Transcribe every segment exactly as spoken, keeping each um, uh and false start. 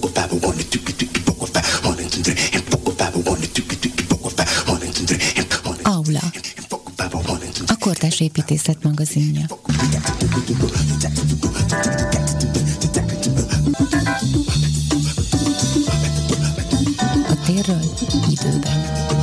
Aula, a Kortárs Építészet magazinja. A térről időben.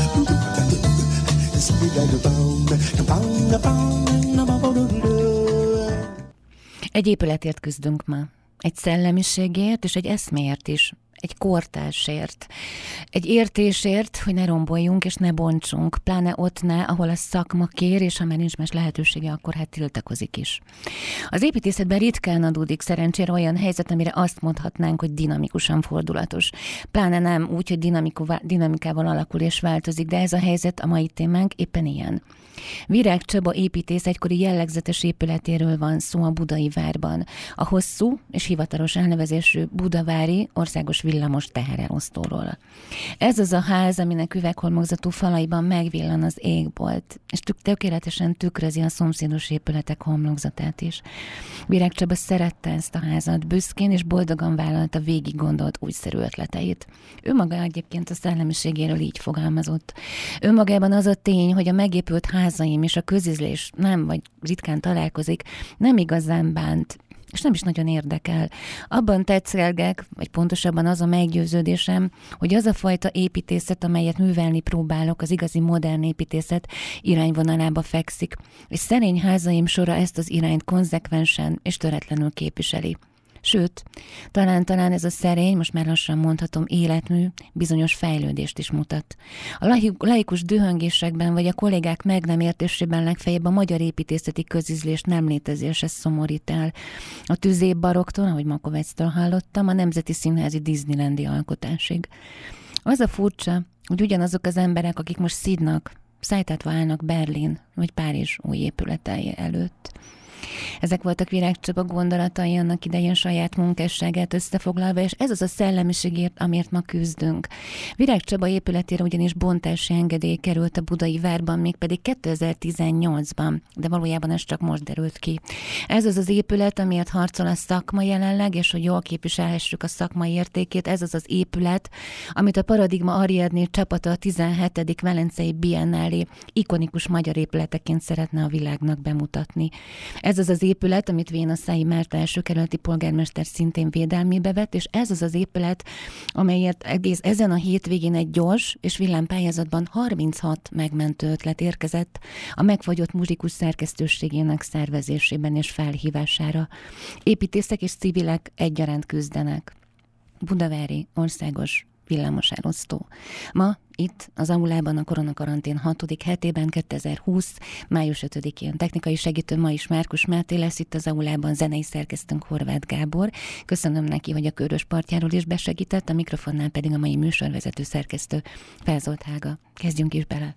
Egy épületért küzdünk ma. Egy szellemiségért és egy eszméért is. Egy kortársért. Egy értésért, hogy ne romboljunk és ne bontsunk, pláne ott ne, ahol a szakma kér, és ha már nincs más lehetősége, akkor hát tiltakozik is. Az építészetben ritkán adódik szerencsére olyan helyzet, amire azt mondhatnánk, hogy dinamikusan fordulatos. Pláne nem úgy, hogy dinamikával alakul és változik, de ez a helyzet, a mai témánk éppen ilyen. Virág Csaba építész egykori jellegzetes épületéről van szó a Budai Várban. A hosszú és hivatalos elnevezésű Budavári országos villamos teherelosztóról. Ez az a ház, aminek üveghomlokzatú falaiban megvillan az égbolt, és tök tökéletesen tükrözi a szomszédos épületek homlokzatát is. Virág Csaba szerette ezt a házat, büszkén és boldogan vállalta végig gondolt újszerű ötleteit. Ő maga egyébként a szellemiségéről így fogalmazott. Önmagában az a tény, hogy a megépült házaim és a közízlés nem, vagy ritkán találkozik, nem igazán bánt, és nem is nagyon érdekel. Abban tetszelgek, vagy pontosabban az a meggyőződésem, hogy az a fajta építészet, amelyet művelni próbálok, az igazi modern építészet irányvonalába fekszik, és szerény házaim sora ezt az irányt konzekvensen és töretlenül képviseli. Sőt, talán-talán ez a szerény, most már lassan mondhatom, életmű bizonyos fejlődést is mutat. A laikus dühöngésekben vagy a kollégák meg nem értésében legfeljebb a magyar építészeti közízlés nem létezése szomorít el. A tüzép baroktól, ahogy Makovectől hallottam, a Nemzeti Színházi Disneylandi alkotásig. Az a furcsa, hogy ugyanazok az emberek, akik most szidnak, szájtátva állnak Berlin vagy Párizs új épületei előtt. Ezek voltak Virág Csaba gondolatai annak idején saját munkásságát összefoglalva, és ez az a szellemiségért, amért ma küzdünk. Virág Csaba épületére ugyanis bontási engedély került a Budai Várban, mégpedig kétezer-tizennyolcban, de valójában ez csak most derült ki. Ez az az épület, amiért harcol a szakma jelenleg, és hogy jól képviselhessük a szakmai értékét, ez az az épület, amit a Paradigma Ariadné csapata a tizenhetedik Velencei Biennálé ikonikus magyar épületeként szeretne a világnak bemutatni. Ez az az épület, amit Vénaszái Márta első kerületi polgármester szintén védelmébe vett, és ez az az épület, amelyért egész ezen a hétvégén egy gyors és villámpályázatban harminchat megmentő ötlet érkezett a megfagyott muzsikus szerkesztőségének szervezésében és felhívására. Építészek és civilek egyaránt küzdenek. Budavári országos villamoselosztó. Ma itt az aulában a koronakarantén hatodik hetében kétezer-húsz. május ötödikén technikai segítő ma is Márkus Máté lesz itt az aulában, zenei szerkesztőnk Horváth Gábor. Köszönöm neki, hogy a Körös partjáról is besegített, a mikrofonnál pedig a mai műsorvezető szerkesztő Felzolt Hága. Kezdjünk is bele!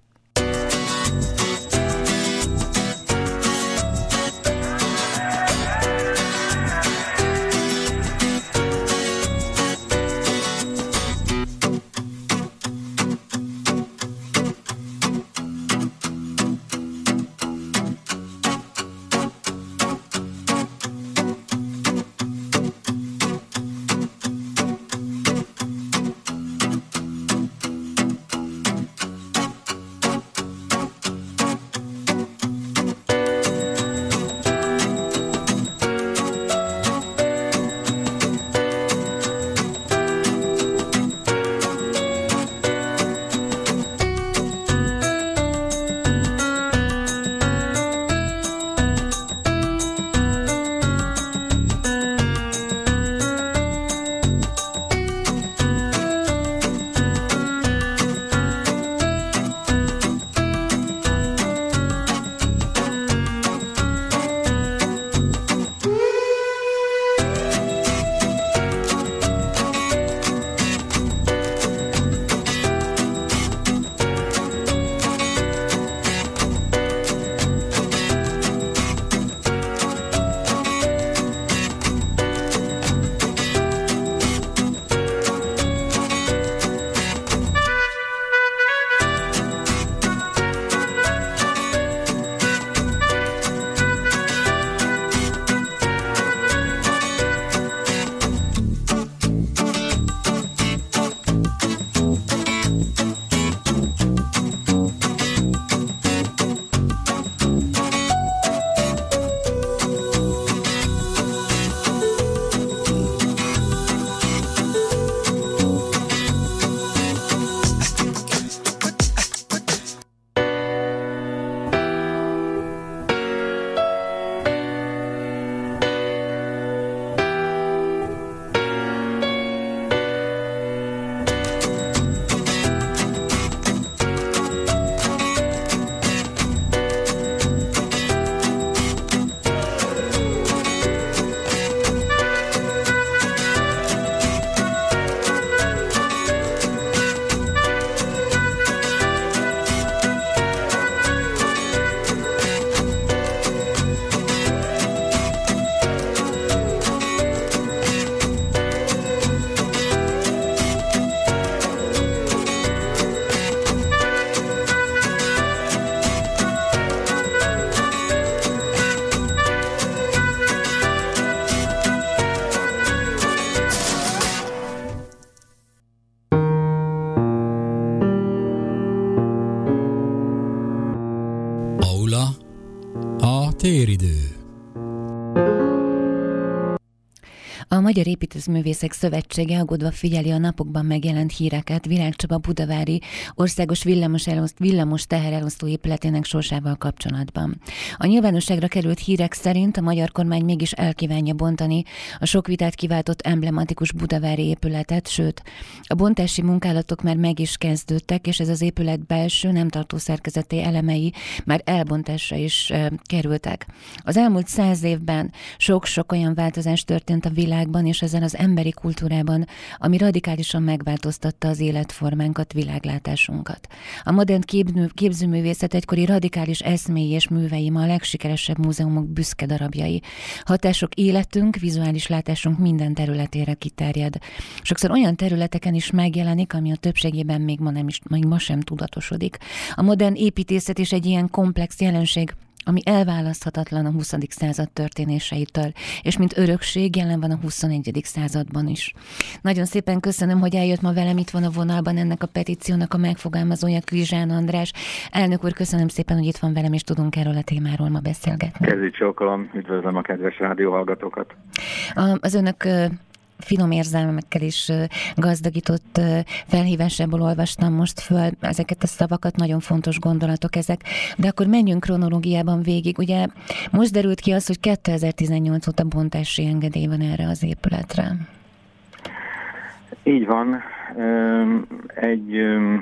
Magyar Építészművészek Szövetsége aggódva figyeli a napokban megjelent híreket Virág Csaba budavári országos villamos, eloszt, villamos teherelosztó épületének sorsával kapcsolatban. A nyilvánosságra került hírek szerint a magyar kormány mégis elkívánja bontani a sok vitát kiváltott emblematikus budavári épületet, sőt, a bontási munkálatok már meg is kezdődtek, és ez az épület belső nem tartó szerkezeti elemei már elbontásra is e, kerültek. Az elmúlt száz évben sok-sok olyan változás történt a világban és ezen az emberi kultúrában, ami radikálisan megváltoztatta az életformánkat, világlátásunkat. A modern képzőművészet egykori radikális eszméi és művei ma a legsikeresebb múzeumok büszke darabjai. Hatások életünk, vizuális látásunk minden területére kiterjed. Sokszor olyan területeken is megjelenik, ami a többségében még ma, nem is, még ma sem tudatosodik. A modern építészet is egy ilyen komplex jelenség, ami elválaszthatatlan a huszadik század történéseitől, és mint örökség jelen van a huszonegyedik században is. Nagyon szépen köszönöm, hogy eljött ma velem, itt van a vonalban ennek a petíciónak a megfogalmazója, Krizsán András. Elnök úr, köszönöm szépen, hogy itt van velem, és tudunk erről a témáról ma beszélgetni. Kezdjük csókolom, üdvözlöm a kedves rádióhallgatókat. A, az önök finom érzelmekkel is gazdagított felhívásából olvastam most föl ezeket a szavakat, nagyon fontos gondolatok ezek, de akkor menjünk kronológiában végig. Ugye most derült ki az, hogy kétezer-tizennyolc óta bontási engedély van erre az épületre. Így van. Egy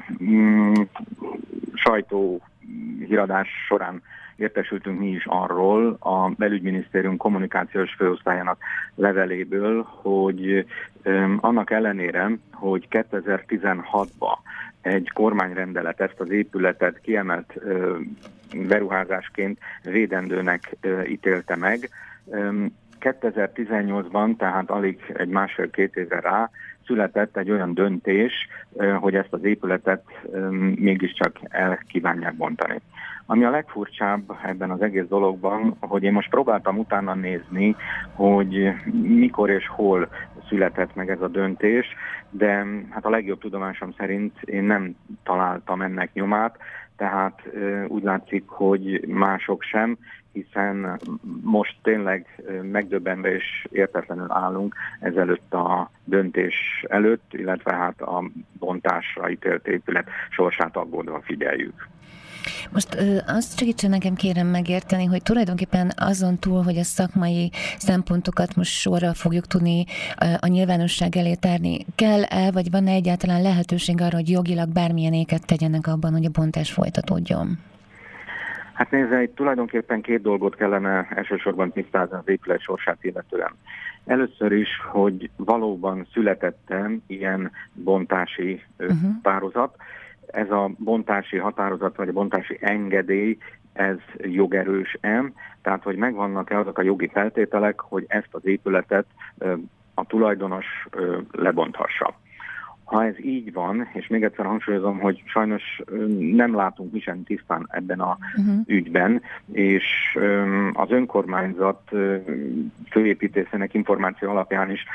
sajtóhíradás során értesültünk mi is arról a Belügyminisztérium kommunikációs főosztályának leveléből, hogy um, annak ellenére, hogy kétezer-tizenhatban egy kormányrendelet ezt az épületet kiemelt uh, beruházásként védendőnek uh, ítélte meg, um, kétezer-tizennyolcban, tehát alig egy másfél-két évre rá, született egy olyan döntés, uh, hogy ezt az épületet um, mégiscsak el kívánják bontani. Ami a legfurcsább ebben az egész dologban, hogy én most próbáltam utána nézni, hogy mikor és hol született meg ez a döntés, de hát a legjobb tudomásom szerint én nem találtam ennek nyomát, tehát úgy látszik, hogy mások sem, hiszen most tényleg megdöbbenve és értetlenül állunk ezelőtt a döntés előtt, illetve hát a bontásra ítélt épület sorsát aggódva figyeljük. Most azt segítsen nekem kérem megérteni, hogy tulajdonképpen azon túl, hogy a szakmai szempontokat most sorra fogjuk tudni a nyilvánosság elé tárni, kell-e, vagy van-e egyáltalán lehetőség arra, hogy jogilag bármilyen éket tegyenek abban, hogy a bontás folytatódjon? Hát nézze, itt tulajdonképpen két dolgot kellene elsősorban tisztázni az épület sorsát illetően. Először is, hogy valóban születette ilyen bontási uh-huh. határozat. Ez a bontási határozat, vagy a bontási engedély, ez jogerős-e, tehát hogy megvannak-e azok a jogi feltételek, hogy ezt az épületet a tulajdonos lebonthassa. Ha ez így van, és még egyszer hangsúlyozom, hogy sajnos nem látunk mi sem tisztán ebben a uh-huh. ügyben, és az önkormányzat főépítészének információ alapján is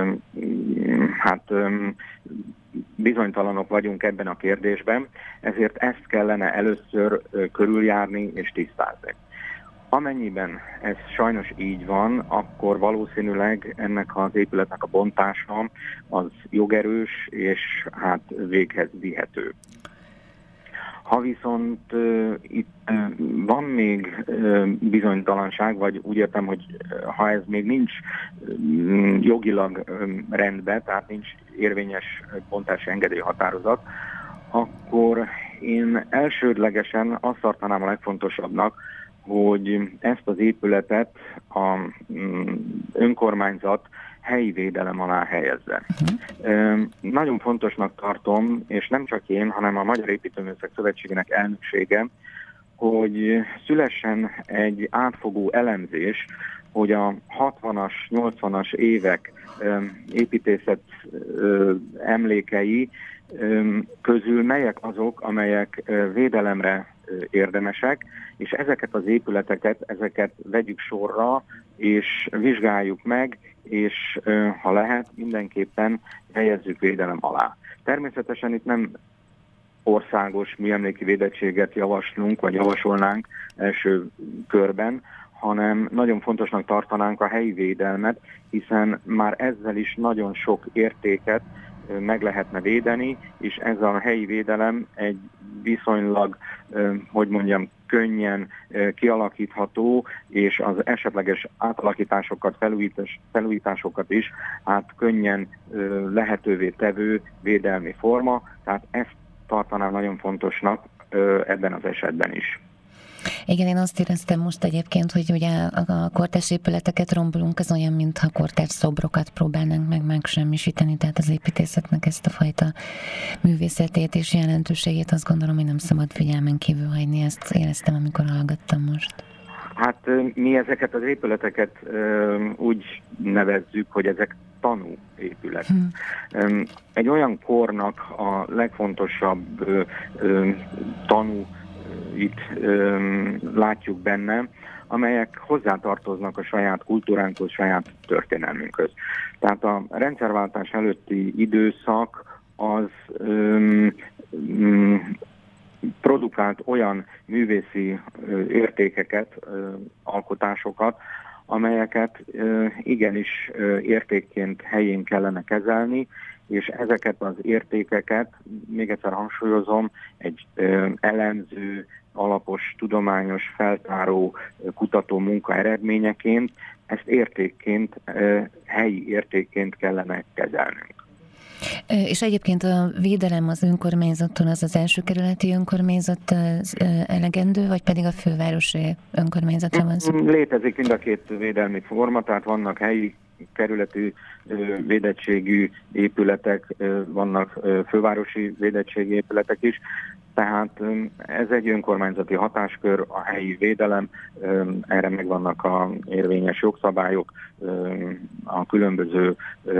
hát bizonytalanok vagyunk ebben a kérdésben, ezért ezt kellene először körüljárni és tisztázni. Amennyiben ez sajnos így van, akkor valószínűleg ennek az épületnek a bontása az jogerős és hát véghez vihető. Ha viszont uh, itt uh, van még uh, bizonytalanság, vagy úgy értem, hogy uh, ha ez még nincs uh, jogilag um, rendben, tehát nincs érvényes bontási engedély határozat, akkor én elsődlegesen azt tartanám a legfontosabbnak, hogy ezt az épületet a önkormányzat helyi védelem alá helyezze. Uh-huh. Nagyon fontosnak tartom, és nem csak én, hanem a Magyar Építőművészek Szövetségének elnöksége, hogy szülessen egy átfogó elemzés, hogy a hatvanas, nyolcvanas évek építészet emlékei közül melyek azok, amelyek védelemre érdemesek, és ezeket az épületeket, ezeket vegyük sorra, és vizsgáljuk meg, és ha lehet, mindenképpen helyezzük védelem alá. Természetesen itt nem országos műemléki védettséget javaslunk, vagy javasolnánk első körben, hanem nagyon fontosnak tartanánk a helyi védelmet, hiszen már ezzel is nagyon sok értéket meg lehetne védeni, és ez a helyi védelem egy viszonylag, hogy mondjam, könnyen kialakítható, és az esetleges átalakításokat, felújítás, felújításokat is hát könnyen lehetővé tevő védelmi forma, tehát ezt tartanám nagyon fontosnak ebben az esetben is. Igen, én azt éreztem most egyébként, hogy ugye a kortárs épületeket rombolunk, az olyan, mintha kortárs szobrokat próbálnánk meg megsemmisíteni, tehát az építészetnek ezt a fajta művészetét és jelentőségét azt gondolom, hogy nem szabad figyelmen kívül hagyni, ezt éreztem, amikor hallgattam most. Hát mi ezeket az épületeket úgy nevezzük, hogy ezek tanú épület. Hmm. Egy olyan kornak a legfontosabb tanú itt öm, látjuk benne, amelyek hozzátartoznak a saját kultúránkhoz, saját történelmünkhöz. Tehát a rendszerváltás előtti időszak az öm, öm, produkált olyan művészi ö, értékeket, ö, alkotásokat, amelyeket ö, igenis ö, értékként helyén kellene kezelni, és ezeket az értékeket, még egyszer hangsúlyozom, egy ö, elemző, alapos, tudományos, feltáró, kutató munka eredményeként, ezt értékként, ö, helyi értékként kellene kezelnünk. És egyébként a védelem az önkormányzattól, az az első kerületi önkormányzat elegendő, vagy pedig a fővárosi önkormányzatra van szó? Létezik mind a két védelmi forma, tehát vannak helyi kerületi védettségű épületek, vannak fővárosi védettségi épületek is, tehát ez egy önkormányzati hatáskör, a helyi védelem, erre megvannak a érvényes jogszabályok, a különböző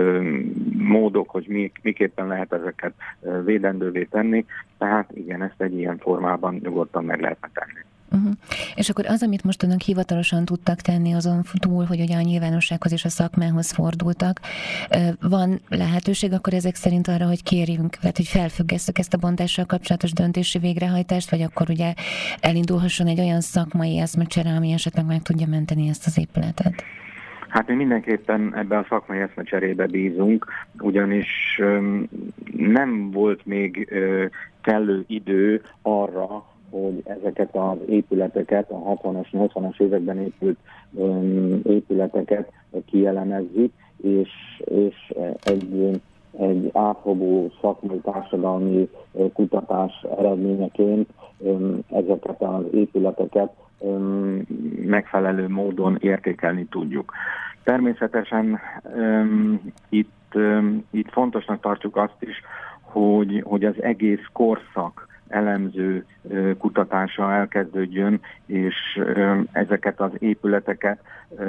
módok, hogy miképpen lehet ezeket védendővé tenni, tehát igen, ezt egy ilyen formában nyugodtan meg lehetne tenni. Uh-huh. És akkor az, amit most önök hivatalosan tudtak tenni azon túl, hogy ugye a nyilvánossághoz és a szakmához fordultak, van lehetőség akkor ezek szerint arra, hogy kérjünk, vagy hogy felfüggesszük ezt a bontással kapcsolatos döntési végrehajtást, vagy akkor ugye elindulhasson egy olyan szakmai eszmecsere, ami esetleg meg tudja menteni ezt az épületet? Hát mi mindenképpen ebben a szakmai eszmecserébe bízunk, ugyanis nem volt még kellő idő arra, hogy ezeket az épületeket, a hatvanas, nyolcvanas években épült um, épületeket kielemezzük, és, és egy, egy átfogó szakmai társadalmi kutatás eredményeként um, ezeket az épületeket um, megfelelő módon értékelni tudjuk. Természetesen um, itt, um, itt fontosnak tartjuk azt is, hogy, hogy az egész korszak elemző kutatása elkezdődjön, és ezeket az épületeket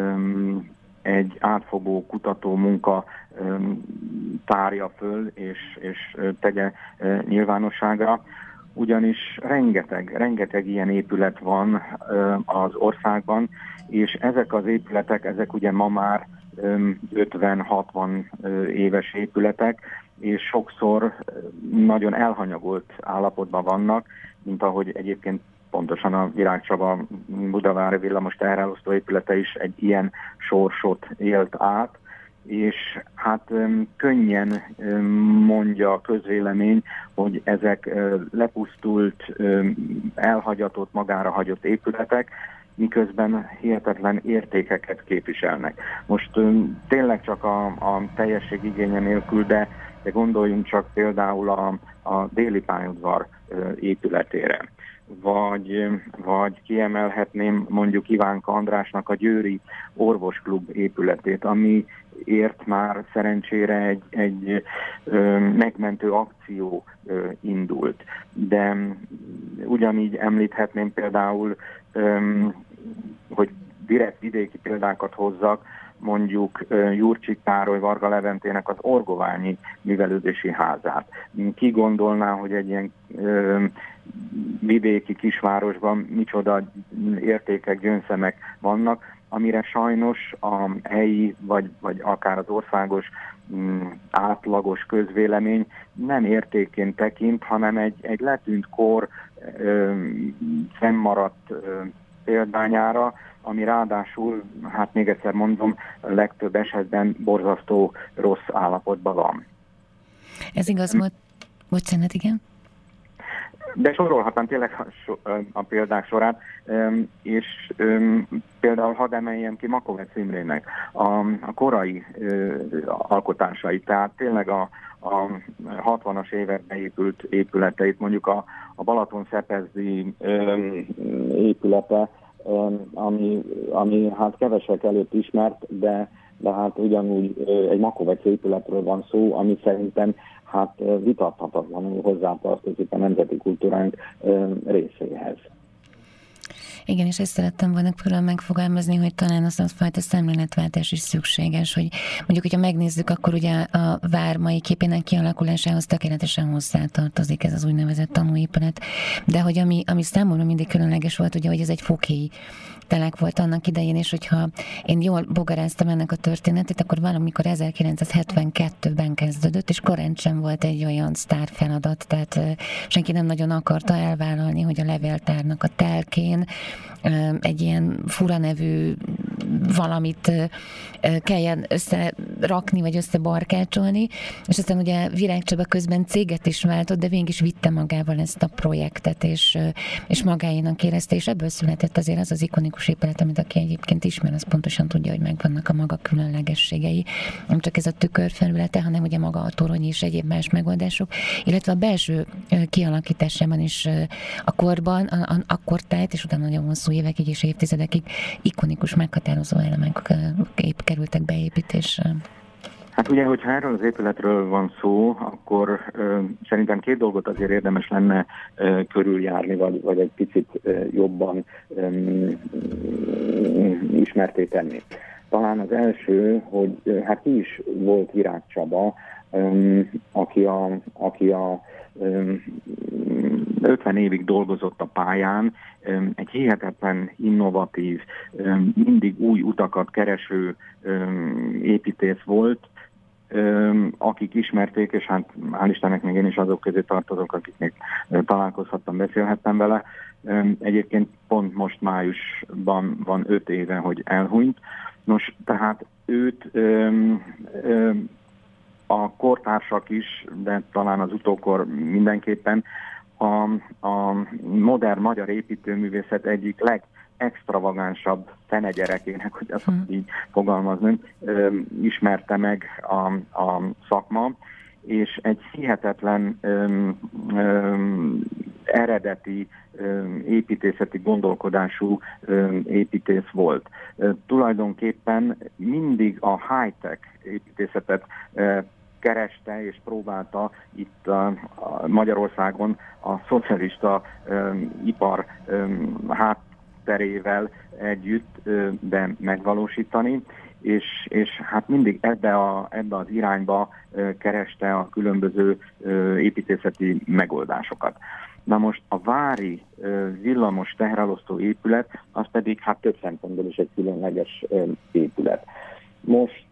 egy átfogó kutató munka tárja föl, és, és tegye nyilvánosságra, ugyanis rengeteg, rengeteg ilyen épület van az országban, és ezek az épületek, ezek ugye ma már ötven-hatvan éves épületek, és sokszor nagyon elhanyagolt állapotban vannak, mint ahogy egyébként pontosan a Virág Csaba Budavári villamos teherállosztó épülete is egy ilyen sorsot élt át, és hát könnyen mondja a közvélemény, hogy ezek lepusztult, elhagyatott, magára hagyott épületek, miközben hihetetlen értékeket képviselnek. Most tényleg csak a, a teljesség igénye nélkül, de, de gondoljunk csak például a, a déli pályaudvar épületére. Vagy, vagy kiemelhetném mondjuk Ivánka Andrásnak a Győri Orvosklub épületét, amiért már szerencsére egy, egy ö, megmentő akció ö, indult. De ugyanígy említhetném például, ö, hogy direkt vidéki példákat hozzak, mondjuk Jurcsik Károly Varga Leventének az Orgoványi művelődési házát. Ki gondolná, hogy egy ilyen ö, vidéki kisvárosban micsoda értékek, gyöngyszemek vannak, amire sajnos a helyi, vagy, vagy akár az országos m, átlagos közvélemény nem értékként tekint, hanem egy, egy letűnt kor, ö, fennmaradt ö, példányára, ami ráadásul, hát még egyszer mondom, legtöbb esetben borzasztó rossz állapotban van. Ez igaz volt. Bocsánat, igen. De sorolhatnám tényleg a, a példák sorát, és például hadd emeljem ki Makovec Imrének a, a korai alkotásait, tehát tényleg a, a hatvanas években épült épületeit, mondjuk a, a Balaton-Szepezdi épülete, ami, ami hát kevesek előtt ismert, de, de hát ugyanúgy egy Makovec épületről van szó, ami szerintem hát vitathatatlanul hozzátartozik a nemzeti kultúránk részéhez. Igen, és ezt szerettem volna külön megfogalmazni, hogy talán az a fajta szemléletváltás is szükséges, hogy mondjuk, hogyha megnézzük, akkor ugye a vár mai képének kialakulásához tökéletesen hozzátartozik ez az úgynevezett tanúépület, de hogy ami, ami számomra mindig különleges volt, ugye, hogy ez egy fokhéj telek volt annak idején, és hogyha én jól bogaráztam ennek a történetét, akkor valamikor ezerkilencszázhetvenkettőben kezdődött, és korán sem volt egy olyan sztár feladat, tehát senki nem nagyon akarta elvállalni, hogy a levéltárnak a telkén egy ilyen fura nevű valamit kelljen összerakni, vagy összebarkácsolni, és aztán ugye Virág Csaba közben céget is váltott, de végig is vitte magával ezt a projektet, és, és magáénak érezte, és ebből született azért az az ikonikus épület, amit aki egyébként ismer, az pontosan tudja, hogy megvannak a maga különlegességei. Nem csak ez a tükörfelülete, hanem ugye maga a torony és egyéb más megoldások, illetve a belső kialakításában is a korban, a, a, a kortájt, és utána nagyon hosszú évekig és évtizedekig ikonikus, meghatározó elemek épp kerültek beépítésre. Hát ugye, hogyha erről az épületről van szó, akkor ö, szerintem két dolgot azért érdemes lenne ö, körüljárni, vagy, vagy egy picit ö, jobban ö, ismerté tenni. Talán az első, hogy ö, hát ki is volt Virág Csaba, ö, aki a, aki a ö, ötven évig dolgozott a pályán, ö, egy hihetetlen innovatív, ö, mindig új utakat kereső ö, építész volt, akik ismerték, és hát hál' Istennek még én is azok közé tartozok, akiknek találkozhattam, beszélhettem vele. Egyébként pont most májusban van öt éve, hogy elhunyt. Nos, tehát őt a kortársak is, de talán az utókor mindenképpen a, a modern magyar építőművészet egyik leg extravagánsabb fenegyerekének, hogy azt hmm. így fogalmazni, ismerte meg a, a szakma, és egy hihetetlen öm, öm, eredeti öm, építészeti gondolkodású öm, építész volt. E, tulajdonképpen mindig a high-tech építészetet e, kereste és próbálta itt a, a Magyarországon a szocialista öm, ipar öm, hát terével együtt, de megvalósítani, és, és hát mindig ebbe, a, ebbe az irányba kereste a különböző építészeti megoldásokat. Na most a vári villamos teherelosztó épület, az pedig hát több szempontból is egy különleges épület. Most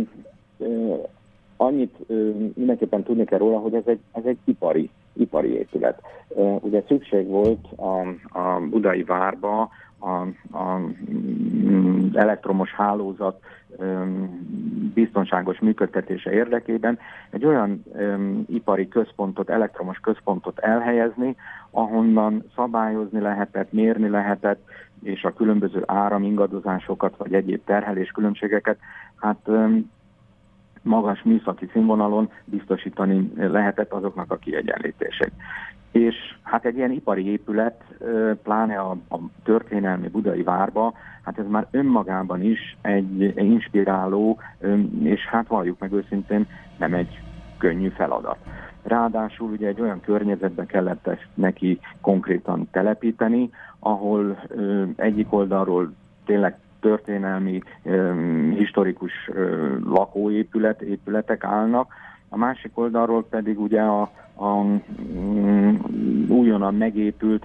annyit mindenképpen tudni kell róla, hogy ez egy, ez egy ipari, ipari épület. Ugye szükség volt a, a budai várba a, a elektromos hálózat biztonságos működtetése érdekében egy olyan ipari központot, elektromos központot elhelyezni, ahonnan szabályozni lehetett, mérni lehetett, és a különböző áramingadozásokat vagy egyéb terhelés különbségeket hát magas műszaki színvonalon biztosítani lehetett azoknak a kiegyenlítését. És hát egy ilyen ipari épület, pláne a, a történelmi budai várba, hát ez már önmagában is egy, egy inspiráló, és hát valljuk meg őszintén, nem egy könnyű feladat. Ráadásul ugye egy olyan környezetbe kellett ezt neki konkrétan telepíteni, ahol egyik oldalról tényleg történelmi, historikus lakóépület, épületek állnak, a másik oldalról pedig ugye a, a újonnan megépült, hát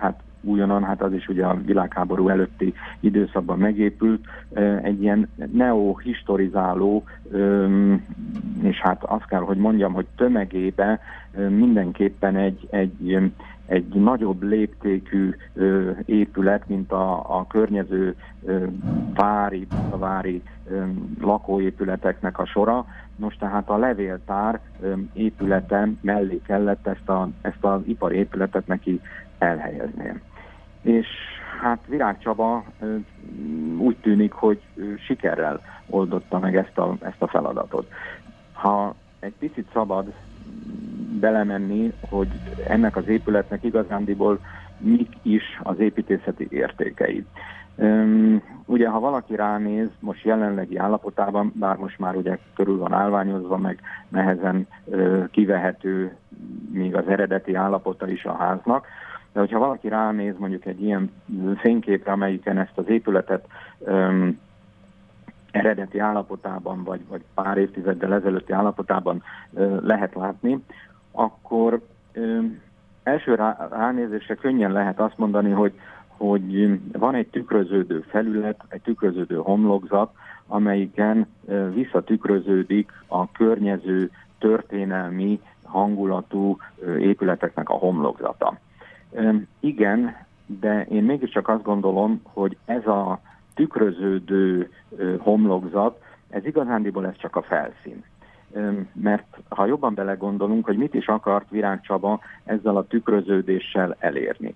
újonnan, hát az is ugye a világháború előtti időszakban megépült, egy ilyen neohistorizáló, és hát azt kell, hogy mondjam, hogy tömegébe mindenképpen egy, egy, egy nagyobb léptékű épület, mint a, a környező vári, a vári lakóépületeknek a sora. Most tehát a levéltár épülete mellé kellett ezt, a, ezt az ipari épületet neki elhelyezni. És hát Virág Csaba úgy tűnik, hogy sikerrel oldotta meg ezt a, ezt a feladatot. Ha egy picit szabad belemenni, hogy ennek az épületnek igazándiból mik is az építészeti értékei. Um, ugye, ha valaki ránéz most jelenlegi állapotában, bár most már ugye körül van állványozva, meg nehezen uh, kivehető még az eredeti állapota is a háznak, de hogyha valaki ránéz mondjuk egy ilyen fényképre, amelyiken ezt az épületet um, eredeti állapotában, vagy, vagy pár évtizeddel ezelőtti állapotában uh, lehet látni, akkor um, első rá, ránézésre könnyen lehet azt mondani, hogy hogy van egy tükröződő felület, egy tükröződő homlokzat, amelyiken visszatükröződik a környező történelmi hangulatú épületeknek a homlokzata. Igen, de én mégiscsak azt gondolom, hogy ez a tükröződő homlokzat, ez igazándiból ez csak a felszín. Mert ha jobban belegondolunk, hogy mit is akart Virág Csaba ezzel a tükröződéssel elérni.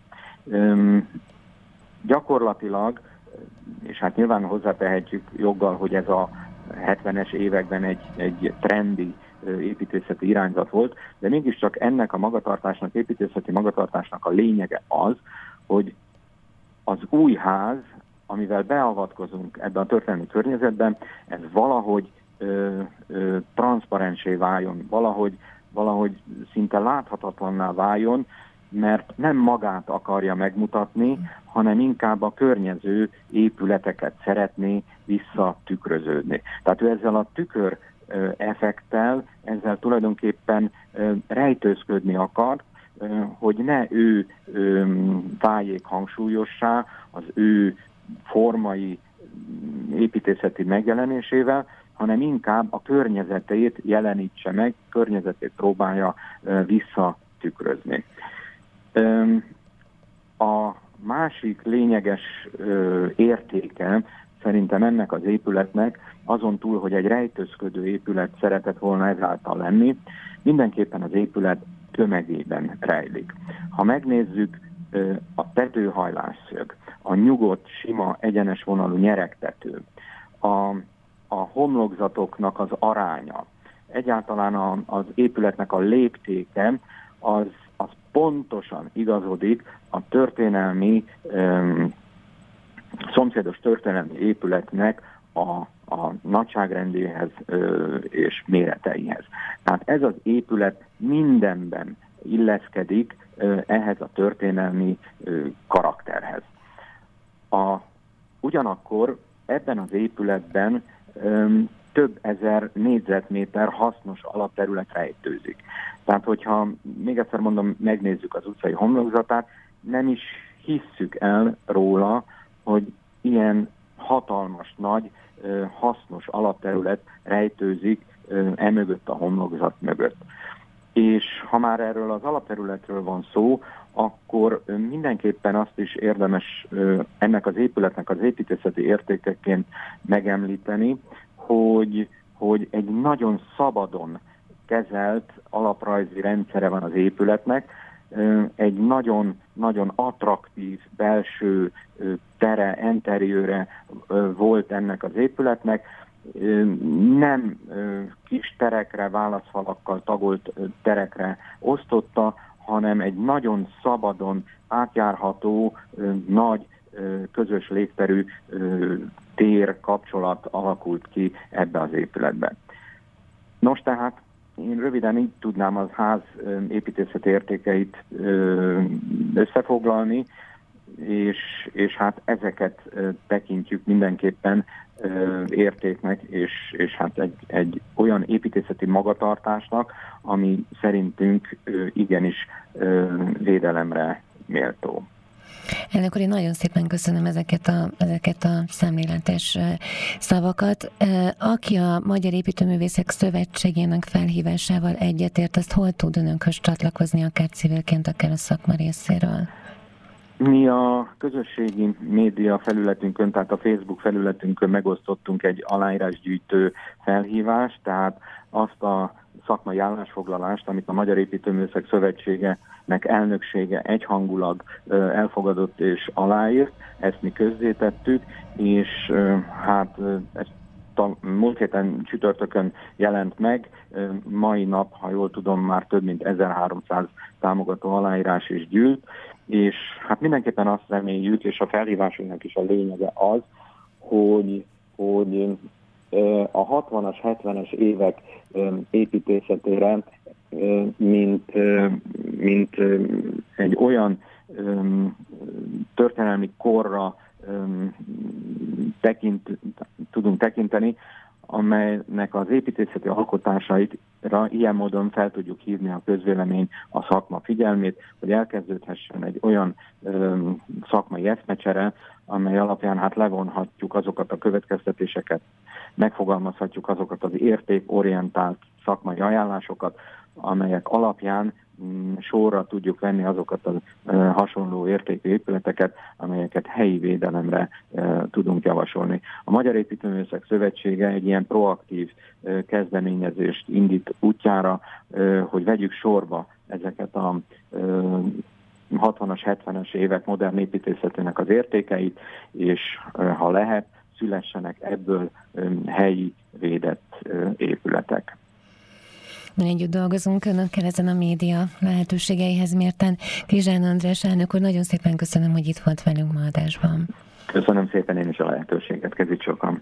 Gyakorlatilag, és hát nyilván hozzátehetjük joggal, hogy ez a hetvenes években egy, egy trendi építészeti irányzat volt, de mégiscsak ennek a magatartásnak, építészeti magatartásnak a lényege az, hogy az új ház, amivel beavatkozunk ebben a történelmi környezetben, ez valahogy ö, ö, transzparensé váljon, valahogy, valahogy szinte láthatatlanná váljon, mert nem magát akarja megmutatni, hanem inkább a környező épületeket szeretné visszatükröződni. Tehát ő ezzel a tükör effekttel, ezzel tulajdonképpen rejtőzködni akar, hogy ne ő váljék hangsúlyossá az ő formai építészeti megjelenésével, hanem inkább a környezetét jelenítse meg, környezetét próbálja visszatükrözni. A másik lényeges értéke szerintem ennek az épületnek, azon túl, hogy egy rejtőzködő épület szeretett volna ezáltal lenni, mindenképpen az épület tömegében rejlik. Ha megnézzük a tetőhajlásszög, a nyugodt, sima, egyenes vonalú nyeregtető, a, a homlokzatoknak az aránya, egyáltalán a, az épületnek a léptéke, az, az pontosan igazodik a történelmi, um, szomszédos történelmi épületnek a, a nagyságrendéhez uh, és méreteihez. Tehát ez az épület mindenben illeszkedik uh, ehhez a történelmi uh, karakterhez. A, ugyanakkor ebben az épületben um, több ezer négyzetméter hasznos alapterület rejtőzik. Tehát, hogyha még egyszer mondom, megnézzük az utcai homlokzatát, nem is hisszük el róla, hogy ilyen hatalmas, nagy, hasznos alapterület rejtőzik emögött a homlokzat mögött. És ha már erről az alapterületről van szó, akkor mindenképpen azt is érdemes ennek az épületnek az építészeti értékeként megemlíteni, hogy, hogy egy nagyon szabadon kezelt alaprajzi rendszere van az épületnek, egy nagyon-nagyon attraktív belső tere, enteriőre volt ennek az épületnek, nem kis terekre, válaszfalakkal tagolt terekre osztotta, hanem egy nagyon szabadon átjárható, nagy, közös légterű tér kapcsolat alakult ki ebbe az épületbe. Nos, tehát én röviden így tudnám az ház építészeti értékeit összefoglalni, és, és hát ezeket tekintjük mindenképpen értéknek, és, és hát egy, egy olyan építészeti magatartásnak, ami szerintünk igenis védelemre méltó. Elnök úr, én nagyon szépen köszönöm ezeket a, ezeket a szemléletes szavakat. Aki a Magyar Építőművészek Szövetségének felhívásával egyetért, azt hol tud önökhöz csatlakozni, akár civilként, akár a szakma részéről? Mi a közösségi média felületünkön, tehát a Facebook felületünkön megosztottunk egy aláírásgyűjtő felhívást, tehát azt a szakmai állásfoglalást, amit a Magyar Építőművészek Szövetségenek elnöksége egyhangulag elfogadott és aláírt, ezt mi közzétettük, és hát ezt a múlt héten csütörtökön jelent meg, mai nap, ha jól tudom, már több mint ezerháromszáz támogató aláírás is gyűlt, és hát mindenképpen azt reméljük, és a felhívásunknak is a lényege az, hogy, hogy a hatvanas, hetvenes évek építészetére, mint, mint egy olyan történelmi korra tekint, tudunk tekinteni, amelynek az építészeti alkotásaira ilyen módon fel tudjuk hívni a közvélemény, a szakma figyelmét, hogy elkezdődhessen egy olyan ö, szakmai eszmecsere, amely alapján hát levonhatjuk azokat a következtetéseket, megfogalmazhatjuk azokat az értékorientált szakmai ajánlásokat, amelyek alapján sorra tudjuk venni azokat a uh, hasonló értékű épületeket, amelyeket helyi védelemre uh, tudunk javasolni. A Magyar Építőművészek Szövetsége egy ilyen proaktív uh, kezdeményezést indít útjára, uh, hogy vegyük sorba ezeket a uh, hatvanas, hetvenes évek modern építészetének az értékeit, és uh, ha lehet, szülessenek ebből um, helyi védett uh, épületek. Mi együtt dolgozunk önökkel ezen a média lehetőségeihez mérten. Krizsán András elnök úr, nagyon szépen köszönöm, hogy itt volt velünk ma adásban. Köszönöm szépen én is a lehetőséget. Kezit sokan.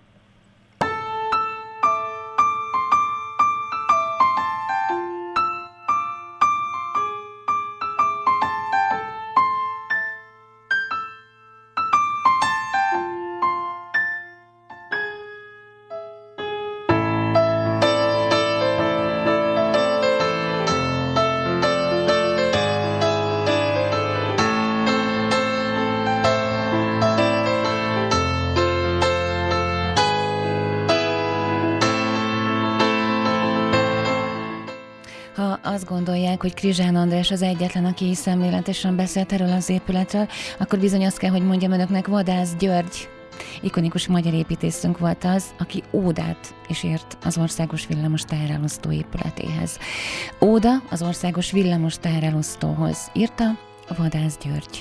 Azt gondolják, hogy Krizsán András az egyetlen, aki szemléletesen beszélt erről az épületről, akkor bizony azt kell, hogy mondjam önöknek, Vadász György, ikonikus magyar építészünk volt az, aki ódát is írt az országos villamos teherelosztó épületéhez. Óda az országos villamos teherelosztóhoz írta Vadász György.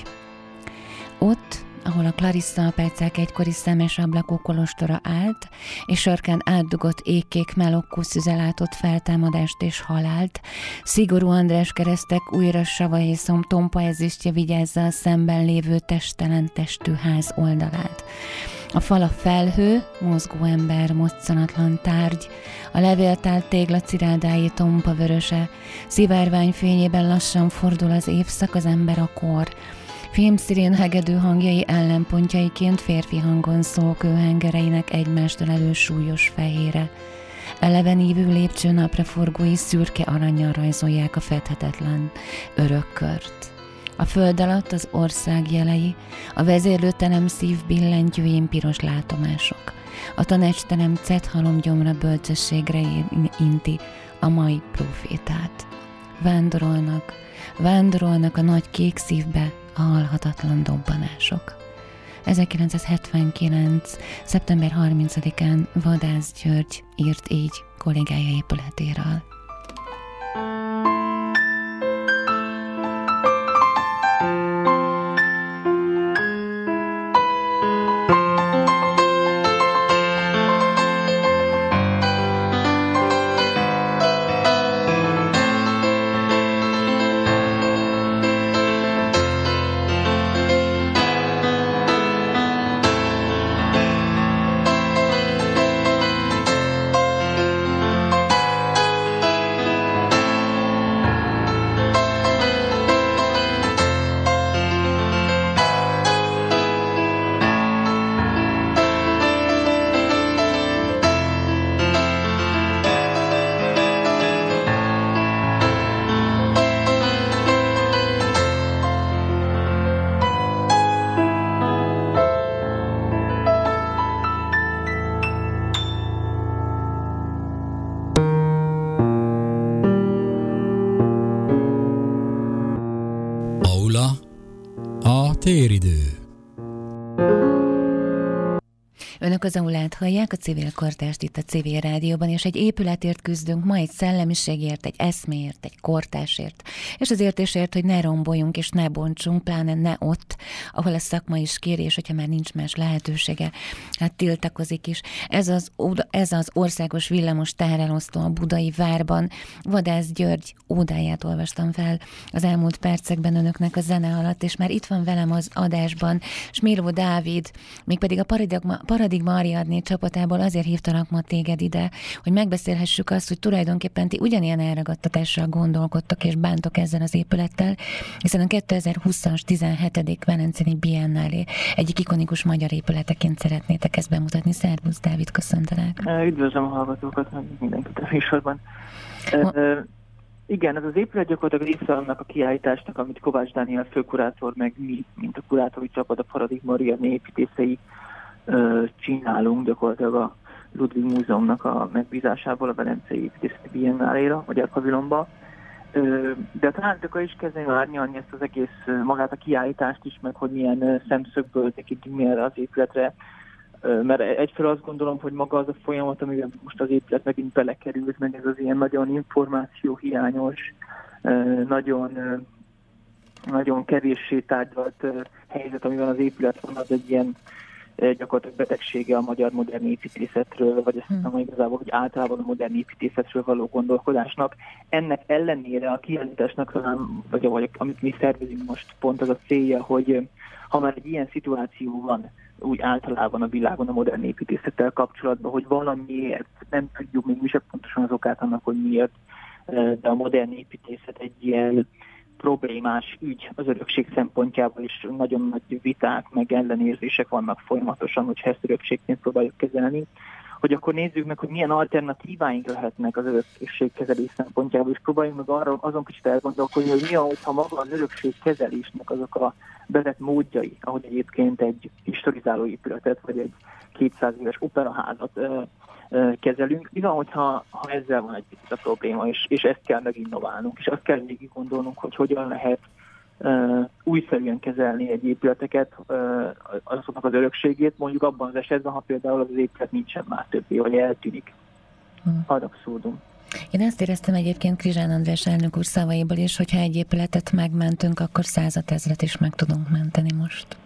Ott, ahol a Clarissa apácák egykori szemes ablakú kolostora állt, és sarkán átdugott ékkék melokkú szüze látott feltámadást és halált, Szigorú András keresztek újra savahészom tompa ezüstje vigyázza a szemben lévő testelen testű ház oldalát. A fal a felhő, mozgó ember, moccanatlan tárgy, a levéltál tégla cirádái tompa vöröse, szivárvány fényében lassan fordul az évszak, az ember a kor, fémszirén hegedű hangjai ellenpontjaiként férfi hangon szól kőhengereinek egymást ölelő súlyos fehére. Elevenívő lépcsőnapra forgói szürke arannyal rajzolják a fedhetetlen örökkört. A föld alatt az ország jelei, a vezérlőtelem szív billentyűjén piros látomások. A tanácsterem cethalomgyomra bölcsességre inti a mai profétát. Vándorolnak, vándorolnak a nagy kék szívbe a halhatatlan dobbanások. ezerkilencszázhetvenkilenc. szeptember harmincadikán Vadász György írt így kollégája épületéről. Téridő. Önök az aulát hallják, a civil kortást itt a Civil Rádióban, és egy épületért küzdünk ma, egy szellemiségért, egy eszméért, egy kortásért, és az értésért, hogy ne romboljunk és ne bontsunk, pláne ne ott, ahol a szakma is kéri, és hogyha már nincs más lehetősége, hát tiltakozik is. Ez az, ez az országos villamos teherelosztó a Budai Várban. Vadász György ódáját olvastam fel az elmúlt percekben önöknek a zene alatt, és már itt van velem az adásban Smiló Dávid, mégpedig a Paradigma, Paradigma Ariadné csapatából azért hívtalak ma téged ide, hogy megbeszélhessük azt, hogy tulajdonképpen ti ugyanilyen elragadtatással gondolkodtok és bántok ezzel az épülettel, hiszen a kétezer-húszas tizenhetedik Velencei Biennálé egyik ikonikus magyar épületeként szeretnétek ezt bemutatni. Szervusz, Dávid, köszöntelek. Üdvözlöm a hallgatókat, meg mindenkit a műsorban. Ma... Uh, igen, ez az épület gyakorlatilag része annak a kiállításnak, amit Kovács Dániel főkurátor, meg mi, mint a kurátori csapat, a Paradigma Ariadné építészei uh, csinálunk gyakorlatilag a Ludwig Múzeumnak a megbízásából a Velencei Építészeti Biennáléra, Magyar Pavilonba. Uh, de talán akkor is kezdeni árnyalni ezt az egész uh, magát a kiállítást is, meg hogy milyen uh, szemszögből tekintünk mi erre az épületre. Mert egyfelől azt gondolom, hogy maga az a folyamat, amiben most az épület megint belekerült, meg ez az ilyen nagyon információhiányos, nagyon, nagyon kevéssé tárgyalt helyzet, amiben az épület van, az egy ilyen gyakorlatilag betegsége a magyar modern építészetről, vagy azt hiszem igazából, hogy általában a modern építészetről való gondolkodásnak. Ennek ellenére a kiállításnak, vagy, vagy amit mi szervezünk most, pont az a célja, hogy ha már egy ilyen szituáció van, úgy általában a világon a modern építészettel kapcsolatban, hogy valamiért nem tudjuk még mi sem pontosan az okát annak, hogy miért, de a modern építészet egy ilyen problémás ügy az örökség szempontjából is, nagyon nagy viták, meg ellenérzések vannak folyamatosan, hogyha ezt örökségként próbáljuk kezelni, hogy akkor nézzük meg, hogy milyen alternatíváink lehetnek az örökségkezelés szempontjából, és próbáljunk meg arra, azon kicsit elgondolkodni, hogy mi, hogyha maga az örökségkezelésnek azok a bevett módjai, ahogy egyébként egy historizáló épületet, vagy egy kétszáz éves operaházat ö, ö, kezelünk. Mi van, hogyha ha ezzel van egy picit a probléma, és, és ezt kell meginnoválnunk, és azt kell végig gondolnunk, hogy hogyan lehet ö, újszerűen kezelni egy épületeket, ö, azoknak az örökségét, mondjuk abban az esetben, ha például az épület nincsen már többé, vagy eltűnik. Hmm. Ad abszurdum. Én azt éreztem egyébként Krizsán András elnök úr szavaiból is, hogyha egy épületet megmentünk, akkor századezret is meg tudunk menteni most.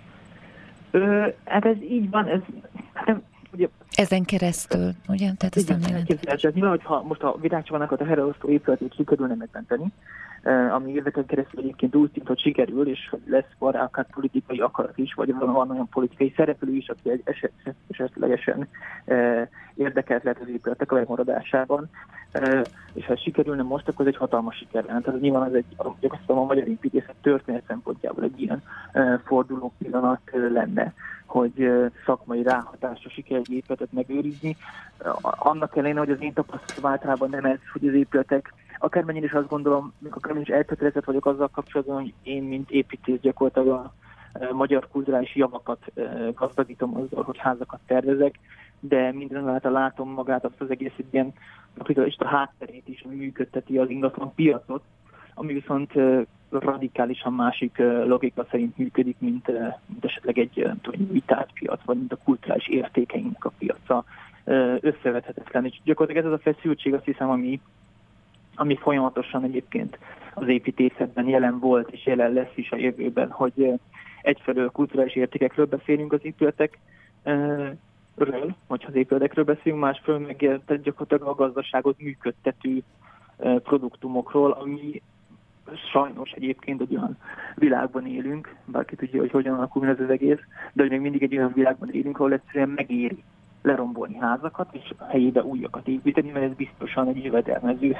Ö, hát ez így van, ez... Nem, ugye, ezen keresztül, ugye? Tehát igen, tehát nyilván, hogyha most a Virágcsavának a teherelosztó épületét sikerülne megmenteni, ami éveken keresztül egyébként úgy tűnt, hogy sikerül, és hogy lesz van rá akár politikai akarat is, vagy van, van olyan politikai szereplő is, aki egy eset, esetlegesen e, érdekelt lehet az épületek a megmaradásában, e, és ha sikerülne most, akkor ez egy hatalmas siker lenne. Tehát nyilván az egy, gyakorlatilag a magyar építészet történet szempontjából egy ilyen e, forduló pillanat e, lenne, hogy e, szakmai ráhatásra siker egy épületet megőrizni. Annak ellenére, hogy az én tapasztalatom általában nem ez, hogy az épületek, akármennyire is azt gondolom, akármennyire is elkötelezett vagyok azzal kapcsolatban, hogy én, mint építész gyakorlatilag a magyar kulturális javakat gazdagítom azzal, hogy házakat tervezek, de mindenáltal látom magát azt az egész ilyen kapitalista hátterét is, ami működteti az ingatlan piacot, ami viszont radikálisan másik logika szerint működik, mint, mint esetleg egy vitált piac, vagy mint a kulturális értékeinknek a piaca. Összevethetetlen. És gyakorlatilag ez az a feszültség, azt hiszem, ami ami folyamatosan egyébként az építészetben jelen volt, és jelen lesz is a jövőben, hogy egyfelől kulturális értékekről beszélünk az épületekről, hogyha az épületekről beszélünk, másfelől meg gyakorlatilag a gazdaságot működtető produktumokról, ami sajnos egyébként egy olyan világban élünk, bárki tudja, hogy hogyan alakul ez az egész, de hogy még mindig egy olyan világban élünk, ahol egyszerűen megéri lerombolni házakat, és a helyébe újakat építeni, mert ez biztosan egy jövedelmező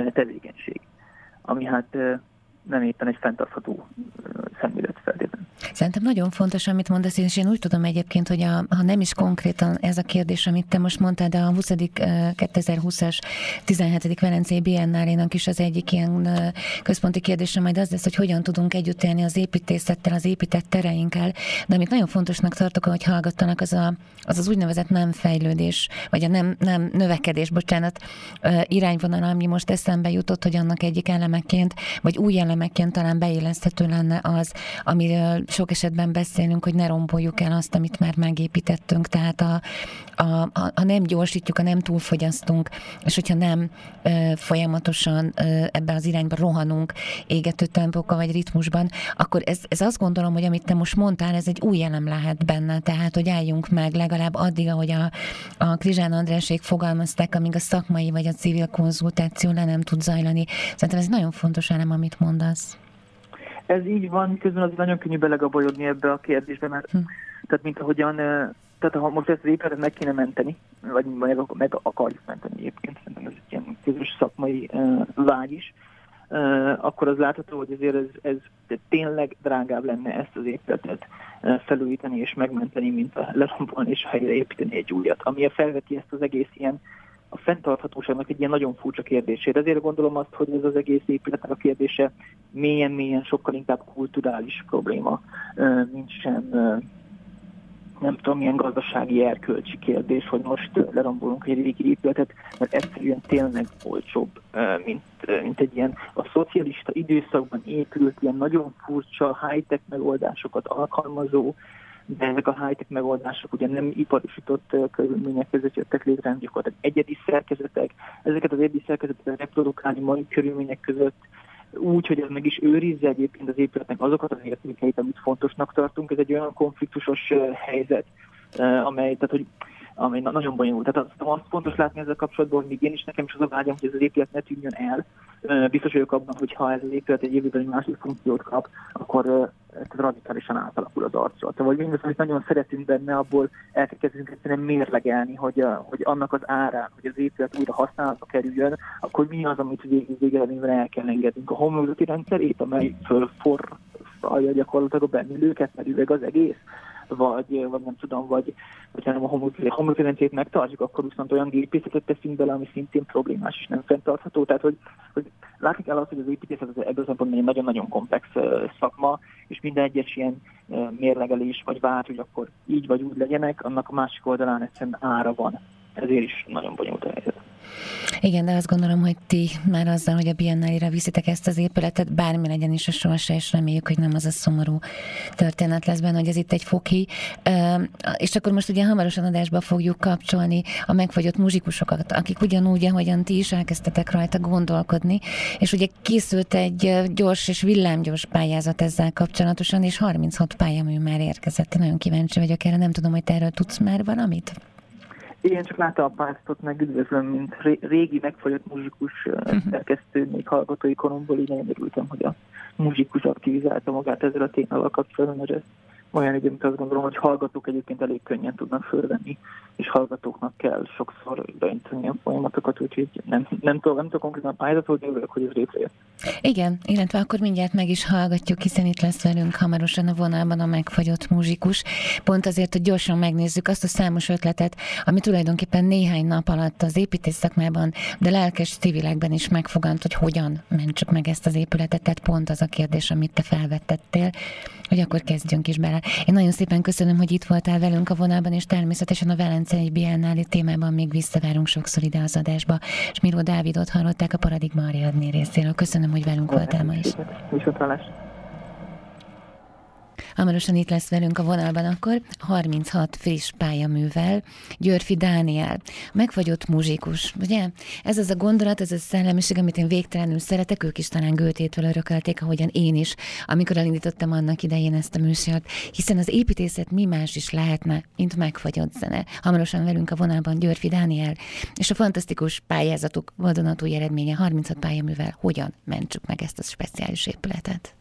tevékenység, ami hát nem éppen egy fenntartható szemlélet feltétlenül. Szerintem nagyon fontos, amit mondasz, és én úgy tudom egyébként, hogy a, ha nem is konkrétan ez a kérdés, amit te most mondtál, de a huszadik kétezer-húszas tizenhetedik Velencei Biennálénak is az egyik ilyen központi kérdése majd az lesz, hogy hogyan tudunk együtt élni az építészettel, az épített tereinkkel, de amit nagyon fontosnak tartok, hogy hallgattanak, az a, az, az úgynevezett nem fejlődés, vagy a nem, nem növekedés, bocsánat, irányvonal, ami most eszembe jutott, hogy annak egyik elemeként, vagy új elemeként talán beilleszthető lenne az, amiről sok esetben beszélünk, hogy ne romboljuk el azt, amit már megépítettünk. Tehát a, a, a, ha nem gyorsítjuk, ha nem túlfogyasztunk, és hogyha nem ö, folyamatosan ö, ebbe az irányba rohanunk égető tempókkal vagy ritmusban, akkor ez, ez azt gondolom, hogy amit te most mondtál, ez egy új elem lehet benne. Tehát, hogy álljunk meg legalább addig, ahogy a, a Krizsán Andrásék fogalmazták, amíg a szakmai vagy a civil konzultáció le nem tud zajlani. Szerintem ez nagyon fontos elem, amit mondasz. Ez így van, közben az nagyon könnyű belegabolyodni ebbe a kérdésbe, mert hm. tehát mint ahogyan, tehát ha most ezt az épületet meg kéne menteni, vagy meg, meg akarjuk menteni egyébként, szerintem ez egy ilyen közös szakmai uh, vágy is, uh, akkor az látható, hogy azért ez, ez tényleg drágább lenne ezt az épületet uh, felújítani és megmenteni, mint a lerombolni és helyre építeni egy újat, ami felveti ezt az egész ilyen a fenntarthatóságnak egy ilyen nagyon furcsa kérdését. Ezért gondolom azt, hogy ez az egész épületnek a kérdése mélyen-mélyen sokkal inkább kulturális probléma, mint sem, nem tudom, milyen gazdasági erkölcsi kérdés, hogy most lerombolunk egy régi épületet, mert egyszerűen tényleg olcsóbb, mint, mint egy ilyen a szocialista időszakban épült, ilyen nagyon furcsa high-tech megoldásokat alkalmazó, de ezek a high-tech megoldások ugye nem iparosított körülmények között jöttek létre, hanem gyakorlatilag egyedi szerkezetek. Ezeket az egyedi szerkezeteket reprodukálni mai körülmények között úgy, hogy ez meg is őrizze egyébként az épületnek azokat az értékeit, amit fontosnak tartunk. Ez egy olyan konfliktusos helyzet, amely, tehát, hogy amely nagyon bonyolult. Tehát azt, azt fontos látni ezzel kapcsolatban, hogy még én is nekem is az a vágyam, hogy ez az épület ne tűnjön el. Biztos vagyok abban, hogy ha ez az épület egy jövőben egy másik funkciót kap, akkor radikálisan átalakul az arcról. Tehát mindaz, amit nagyon szeretünk benne, abból elkezdünk egyszerűen mérlegelni, hogy, a, hogy annak az árán, hogy az épület újra használatba kerüljön, akkor mi az, amit végig végeredményben el kell engednünk. A homlokzati rendszerét, amely fölforralja gyakorlatilag a bennülőket, mert üveg az egész, vagy, vagy nem tudom, vagy, vagy hanem a homlokrendszerét megtartjuk, akkor viszont olyan gépészetet teszünk bele, ami szintén problémás és nem fenntartható. Tehát, hogy, hogy látni kell azt, hogy az építészet az ebből az egy nagyon-nagyon komplex szakma, és minden egyes ilyen mérlegelés vagy vágy, hogy akkor így vagy úgy legyenek, annak a másik oldalán egyszerűen ára van. Ezért is nagyon bonyolult a helyzet. Igen, de azt gondolom, hogy ti már azzal, hogy a Biennálira viszitek ezt az épületet, bármi legyen is a sorsa, és reméljük, hogy nem az a szomorú történet lesz benne, hogy ez itt egy foki. És akkor most ugye hamarosan adásba fogjuk kapcsolni a megfagyott muzsikusokat, akik ugyanúgy, ahogyan ti is elkezdtetek rajta gondolkodni, és ugye készült egy gyors és villámgyors pályázat ezzel kapcsolatosan, és harminchat pályamű már érkezett. Én nagyon kíváncsi vagyok erre, nem tudom, hogy te erről tudsz már valamit? Én csak láttam a pályázatot, meg üdvözlöm, mint régi megfagyott muzsikus szerkesztő, még hallgatói koromból, így nagyon örültem, hogy a muzsikus aktivizálta magát ezzel a témával kapcsolatban, mert ez olyan egyébként azt gondolom, hogy hallgatók egyébként elég könnyen tudnak fölvenni, és hallgatóknak kell sokszor beinteni a folyamatokat, úgyhogy nem, nem tudom, nem tudom konkrétan a pályázatot, de örülök, hogy ez létrejött. Igen, illetve akkor mindjárt meg is hallgatjuk, hiszen itt lesz velünk hamarosan a vonalban a megfagyott muzsikus. Pont azért, hogy gyorsan megnézzük azt a számos ötletet, ami tulajdonképpen néhány nap alatt az építész szakmában, de lelkes civilekben is megfogant, hogy hogyan mentsük meg ezt az épületet. Tehát pont az a kérdés, amit te felvettettél, hogy akkor kezdjünk is bele. Én nagyon szépen köszönöm, hogy itt voltál velünk a vonalban, és természetesen a Velencei Biennáli témában még visszavárunk sokszor ide az adásba. És Miró Dávidot hallották a Paradigma Ariadné részéről. Köszönöm, hogy velünk voltál ma is. Hamarosan itt lesz velünk a vonalban akkor harminchat friss pályaművel Györfi Dániel, megfagyott muzsikus, ugye? Ez az a gondolat, ez a szellemiség, amit én végtelenül szeretek, ők is talán Goethétől örökölték, ahogyan én is, amikor elindítottam annak idején ezt a műsort, hiszen az építészet mi más is lehetne, mint megfagyott zene. Hamarosan velünk a vonalban Györfi Dániel, és a fantasztikus pályázatuk vadonatúj eredménye harminchat pályaművel hogyan mentsük meg ezt a speciális épületet.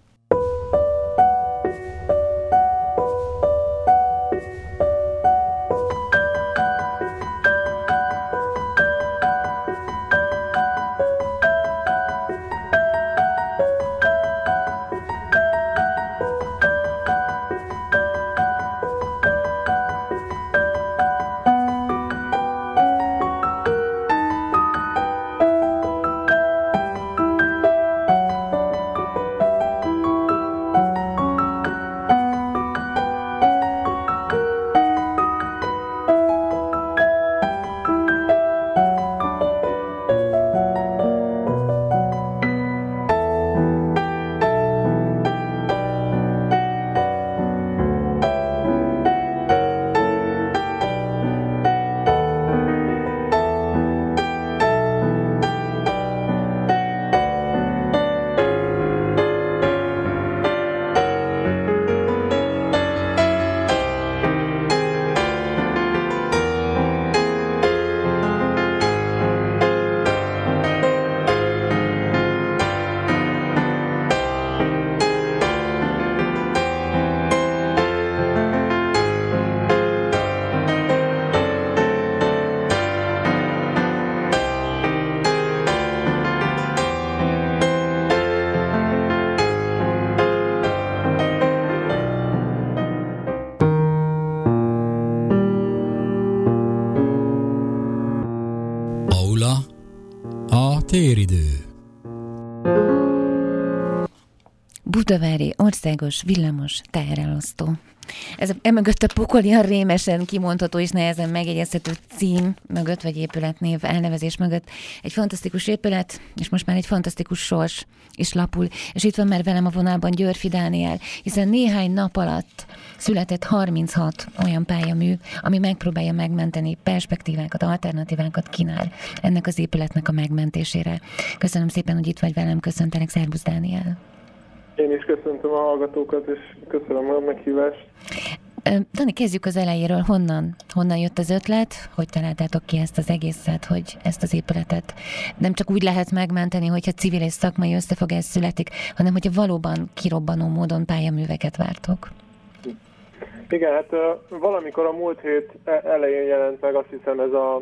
Budavári Országos Villamos Teherelosztó. Ez emögött a pokolian rémesen kimondható és nehezen megjegyezhető cím mögött, vagy épületnév elnevezés mögött egy fantasztikus épület, és most már egy fantasztikus sors is lapul. És itt van már velem a vonalban Györffy Dániel, hiszen néhány nap alatt született harminchat olyan pályamű, ami megpróbálja megmenteni, perspektívákat, alternatívákat kínál ennek az épületnek a megmentésére. Köszönöm szépen, hogy itt vagy velem, köszöntelek, szervusz Dániel! Én is köszöntöm a hallgatókat, és köszönöm a meghívást. Dani, kezdjük az elejéről. Honnan? Honnan jött az ötlet? Hogy találtátok ki ezt az egészet, hogy ezt az épületet nem csak úgy lehet megmenteni, hogyha civil és szakmai összefogás születik, hanem hogyha valóban kirobbanó módon pályaműveket vártok? Igen, hát valamikor a múlt hét elején jelent meg, azt hiszem, ez, a,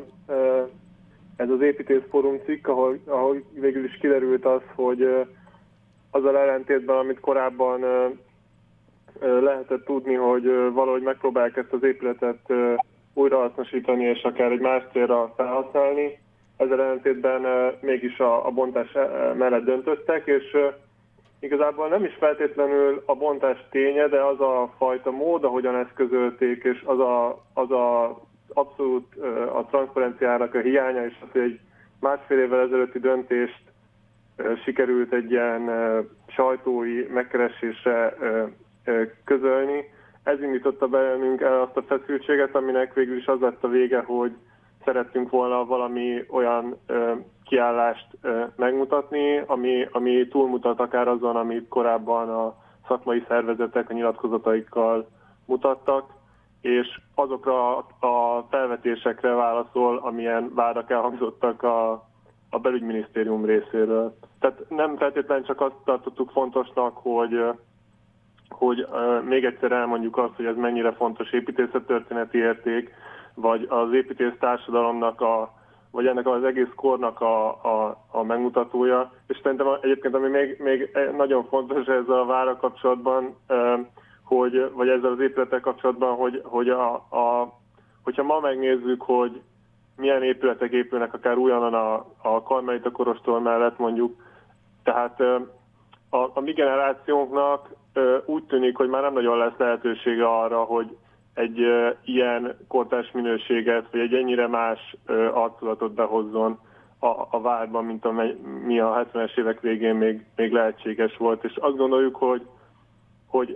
ez az építészfórum cikk, ahol, ahol végül is kiderült az, hogy azzal ellentétben, amit korábban lehetett tudni, hogy valahogy megpróbálják ezt az épületet újrahasznosítani és akár egy más célra felhasználni. Ezzel ellentétben mégis a, a bontás mellett döntöttek, és igazából nem is feltétlenül a bontás ténye, de az a fajta mód, ahogyan eszközölték, és az a, az a abszolút a transzparenciának a hiánya, és az, hogy egy másfél évvel ezelőtti döntést sikerült egy ilyen sajtói megkeresésre közölni. Ez indította bennünk el azt a feszültséget, aminek végül is az lett a vége, hogy szerettünk volna valami olyan kiállást megmutatni, ami, ami túlmutat akár azon, amit korábban a szakmai szervezetek a nyilatkozataikkal mutattak, és azokra a felvetésekre válaszol, amilyen vádak elhangzottak a a belügyminisztérium részéről. Tehát nem feltétlenül csak azt tartottuk fontosnak, hogy, hogy még egyszer elmondjuk azt, hogy ez mennyire fontos építészettörténeti érték, vagy az építész társadalomnak, a, vagy ennek az egész kornak a, a, a megmutatója. És szerintem egyébként, ami még, még nagyon fontos ezzel a várral kapcsolatban, hogy, vagy ezzel az épülettel kapcsolatban, hogy, hogy a, a, hogyha ma megnézzük, hogy milyen épületek épülnek akár újonnan a, a karmelita korostól mellett mondjuk. Tehát a, a mi generációnknak úgy tűnik, hogy már nem nagyon lesz lehetősége arra, hogy egy ilyen kortárs minőséget, vagy egy ennyire más arculatot behozzon a, a várban, mint amely, mi a hetvenes évek végén még, még lehetséges volt. És azt gondoljuk, hogy, hogy,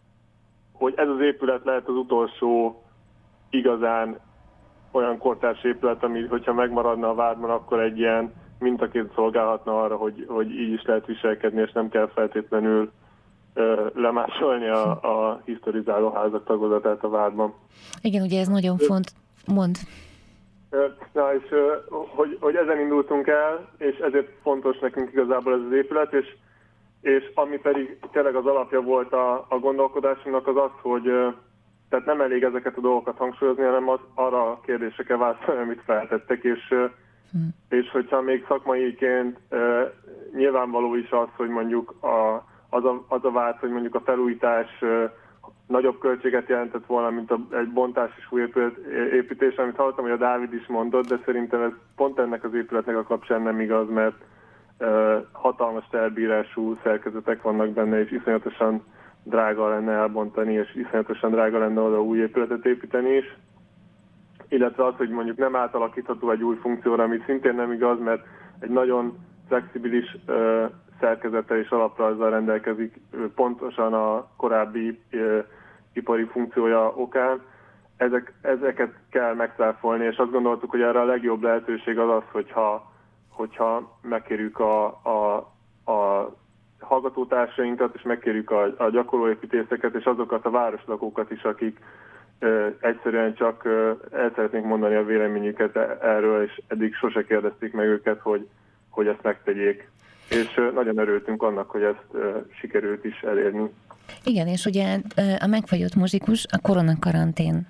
hogy ez az épület lehet az utolsó igazán olyan kortárs épület, ami, hogyha megmaradna a várban, akkor egy ilyen mintaként szolgálhatna arra, hogy, hogy így is lehet viselkedni, és nem kell feltétlenül ö, lemásolni a, a historizáló házak tagozatát a várban. Igen, ugye ez nagyon fontos. Mond. Na, és hogy, hogy ezen indultunk el, és ezért fontos nekünk igazából ez az épület, és, és ami pedig tényleg az alapja volt a, a gondolkodásunknak az az, hogy tehát nem elég ezeket a dolgokat hangsúlyozni, hanem az, arra a kérdésekkel válaszolni, amit feltettek, és, hmm. és hogyha még szakmaiként e, nyilvánvaló is az, hogy mondjuk a, az, a, az a vád, hogy mondjuk a felújítás e, nagyobb költséget jelentett volna, mint a, egy bontás és új építés, amit hallottam, hogy a Dávid is mondott, de szerintem ez pont ennek az épületnek a kapcsán nem igaz, mert e, hatalmas terbírású szerkezetek vannak benne, és iszonyatosan drága lenne elbontani, és iszonyatosan drága lenne oda új épületet építeni is. Illetve az, hogy mondjuk nem átalakítható egy új funkcióra, ami szintén nem igaz, mert egy nagyon flexibilis uh, szerkezete és alaprajzzal rendelkezik uh, pontosan a korábbi uh, ipari funkciója okán. Ezek, ezeket kell megcáfolni, és azt gondoltuk, hogy erre a legjobb lehetőség az az, hogyha, hogyha megkérjük a, a, a hallgatótársainkat, és megkérjük a, a gyakorlóépítészeket, és azokat a városlakókat is, akik ö, egyszerűen csak ö, el szeretnénk mondani a véleményüket erről, és eddig sose kérdezték meg őket, hogy, hogy ezt megtegyék. És ö, nagyon örültünk annak, hogy ezt ö, sikerült is elérni. Igen, és ugye a megfagyott muzsikus a koronakarantén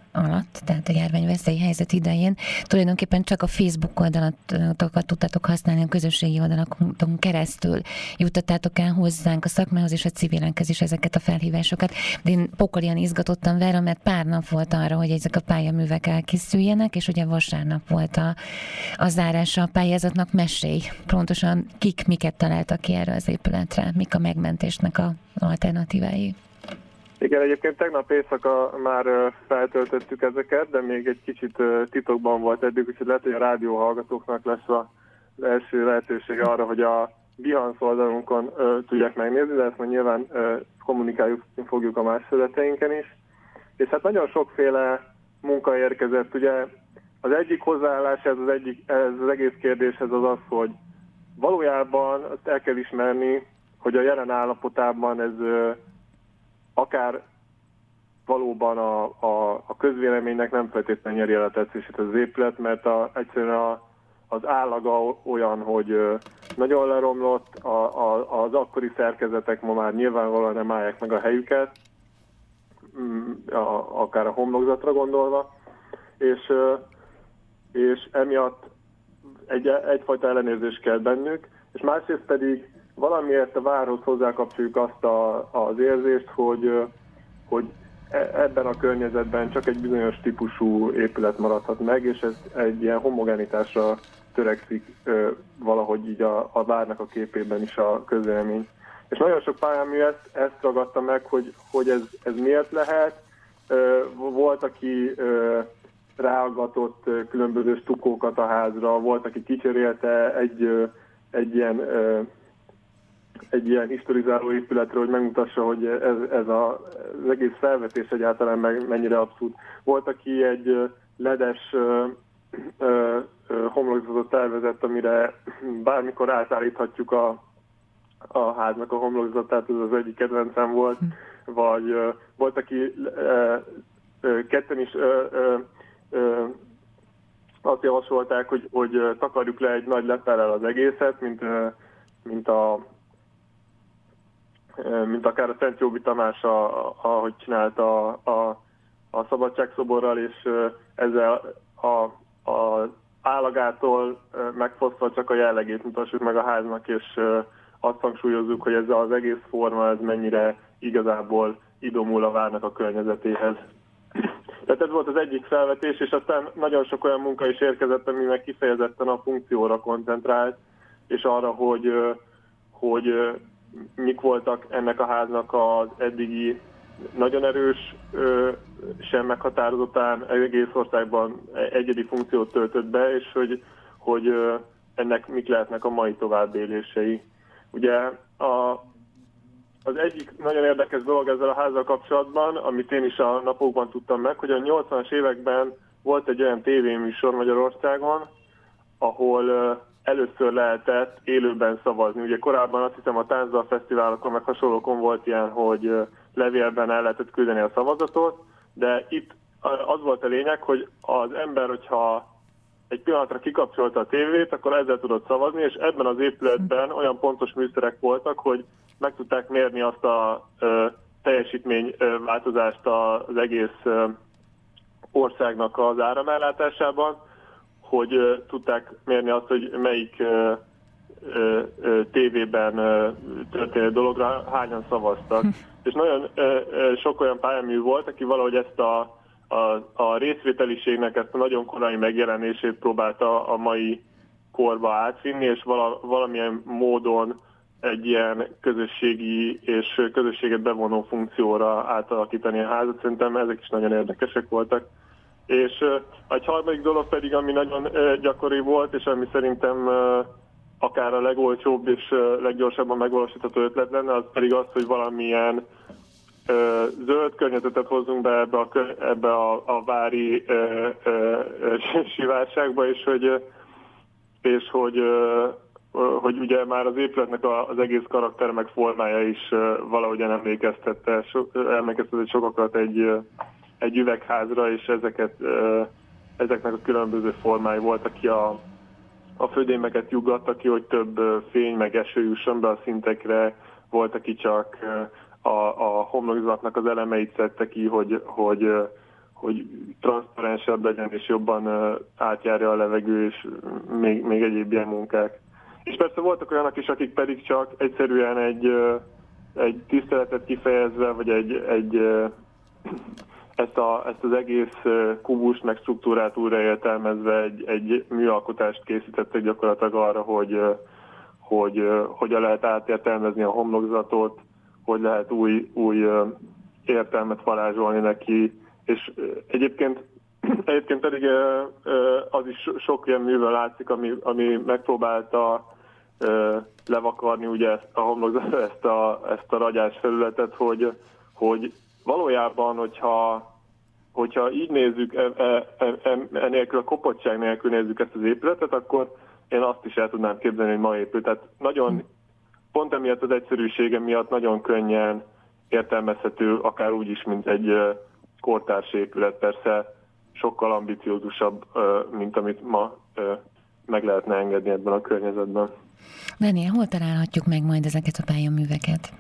alatt, tehát a járványveszélyi helyzet idején tulajdonképpen csak a Facebook oldalatokat tudtátok használni, a közösségi oldalakon keresztül juttattátok el hozzánk a szakmához és a civilenkhez is ezeket a felhívásokat. De én pokolian izgatottam vele, mert pár nap volt arra, hogy ezek a pályaművek elkészüljenek, és ugye vasárnap volt a, a zárása a pályázatnak. Mesélj, pontosan kik miket találtak ki erre az épületre, mik a megmentésnek a alternatívái. Igen, egyébként tegnap éjszaka már feltöltöttük ezeket, de még egy kicsit titokban volt eddig, úgyhogy lehet, hogy a rádióhallgatóknak lesz az első lehetősége arra, hogy a Behance oldalunkon tudják megnézni, de ezt majd nyilván kommunikáljuk, fogjuk a más szöveteinken is. És hát nagyon sokféle munka érkezett. Ugye az egyik hozzáállás ez az, egyik, ez az egész kérdéshez az az, hogy valójában azt el kell ismerni, hogy a jelen állapotában ez akár valóban a, a, a közvéleménynek nem feltétlenül nyeri el a tetszését az épület, mert a, egyszerűen a, az állaga olyan, hogy nagyon leromlott, a, a, az akkori szerkezetek ma már nyilvánvalóan nem állják meg a helyüket, a, akár a homlokzatra gondolva, és, és emiatt egy, egyfajta ellenérzés kell bennük, és másrészt pedig valamiért a várhoz hozzákapcsoljuk azt a, az érzést, hogy, hogy ebben a környezetben csak egy bizonyos típusú épület maradhat meg, és ez egy ilyen homogenitásra törekszik valahogy így a, a várnak a képében is a közvélemény. És nagyon sok pályámű ezt, ezt ragadta meg, hogy, hogy ez, ez miért lehet. Volt, aki ráaggatott különböző stukókat a házra, volt, aki kicserélte egy, egy ilyen egy ilyen historizáló épületről, hogy megmutassa, hogy ez, ez a, az egész felvetés egyáltalán meg, mennyire abszurd. Volt, aki egy ledes ö, ö, ö, homlokzatot tervezett, amire bármikor átállíthatjuk a, a háznak a homlokzatát, ez az egyik kedvencem volt, vagy ö, volt, aki ö, ö, ketten is ö, ö, ö, azt javasolták, hogy, hogy takarjuk le egy nagy lepellel az egészet, mint, ö, mint a mint akár a Szent Jóbi Tamás, ahogy csinálta a, a, a szabadságszoborral, és ezzel a, a állagától megfosztva csak a jellegét mutassuk meg a háznak, és azt hangsúlyozzuk, hogy ez az egész forma, ez mennyire igazából idomul a várnak a környezetéhez. Tehát ez volt az egyik felvetés, és aztán nagyon sok olyan munka is érkezett, ami meg kifejezetten a funkcióra koncentrált, és arra, hogy, hogy mik voltak ennek a háznak az eddigi nagyon erős, sem meghatározottan egész országban egyedi funkciót töltött be, és hogy, hogy ennek mik lehetnek a mai továbbélései. Ugye a, az egyik nagyon érdekes dolog ezzel a házzal kapcsolatban, amit én is a napokban tudtam meg, hogy a nyolcvanas években volt egy olyan tévéműsor Magyarországon, ahol először lehetett élőben szavazni. Ugye korábban azt hiszem a Táncdal Fesztiválokon, meg hasonlókon volt ilyen, hogy levélben el lehetett küldeni a szavazatot, de itt az volt a lényeg, hogy az ember, hogyha egy pillanatra kikapcsolta a tévét, akkor ezzel tudott szavazni, és ebben az épületben olyan pontos műszerek voltak, hogy meg tudták mérni azt a ö, teljesítményváltozást az egész ö, országnak az áramellátásában, hogy uh, tudták mérni azt, hogy melyik uh, uh, uh, tévében uh, történő dologra hányan szavaztak. És nagyon uh, uh, sok olyan pályamű volt, aki valahogy ezt a, a, a részvételiségnek ezt a nagyon korai megjelenését próbálta a mai korba átvinni, és vala, valamilyen módon egy ilyen közösségi és közösséget bevonó funkcióra átalakítani a házat. Szerintem ezek is nagyon érdekesek voltak. És uh, egy harmadik dolog pedig, ami nagyon uh, gyakori volt, és ami szerintem uh, akár a legolcsóbb és uh, leggyorsabban megvalósítható ötlet lenne, az pedig az, hogy valamilyen uh, zöld környezetet hozzunk be ebbe a, ebbe a, a vári uh, uh, sivárságba, és hogy, uh, és hogy, uh, uh, hogy ugye már az épületnek a, az egész karakter meg formája is uh, valahogyan emlékeztette, so, emlékeztette sokakat egy uh, egy üvegházra, és ezeket, ezeknek a különböző formái volt, aki a, a födémeket juggatta ki, hogy több fény meg eső jusson be a szintekre, volt, aki csak a, a homlokzatnak az elemeit szedte ki, hogy, hogy, hogy transzparensebb legyen, és jobban átjárja a levegő, és még, még egyéb ilyen munkák. És persze voltak olyanok is, akik pedig csak egyszerűen egy, egy tiszteletet kifejezve, vagy egy, egy ezt, a, ezt az egész kubust meg struktúrát újraértelmezve egy, egy műalkotást készítettek gyakorlatilag arra, hogy, hogy hogyan lehet átértelmezni a homlokzatot, hogy lehet új, új értelmet varázsolni neki, és egyébként, egyébként pedig az is sok ilyen művel látszik, ami, ami megpróbálta levakarni ugye ezt a homlokzatot, ezt a, ezt a ragyás felületet, hogy, hogy valójában, hogyha, hogyha így nézzük, e, e, e, enélkül a kopottság nélkül nézzük ezt az épületet, akkor én azt is el tudnám képzelni, hogy ma épül. Tehát nagyon, pont emiatt az egyszerűsége miatt nagyon könnyen értelmezhető, akár úgy is, mint egy kortárs épület, persze sokkal ambiciózusabb, mint amit ma meg lehetne engedni ebben a környezetben. Daniel, hol találhatjuk meg majd ezeket a pályaműveket?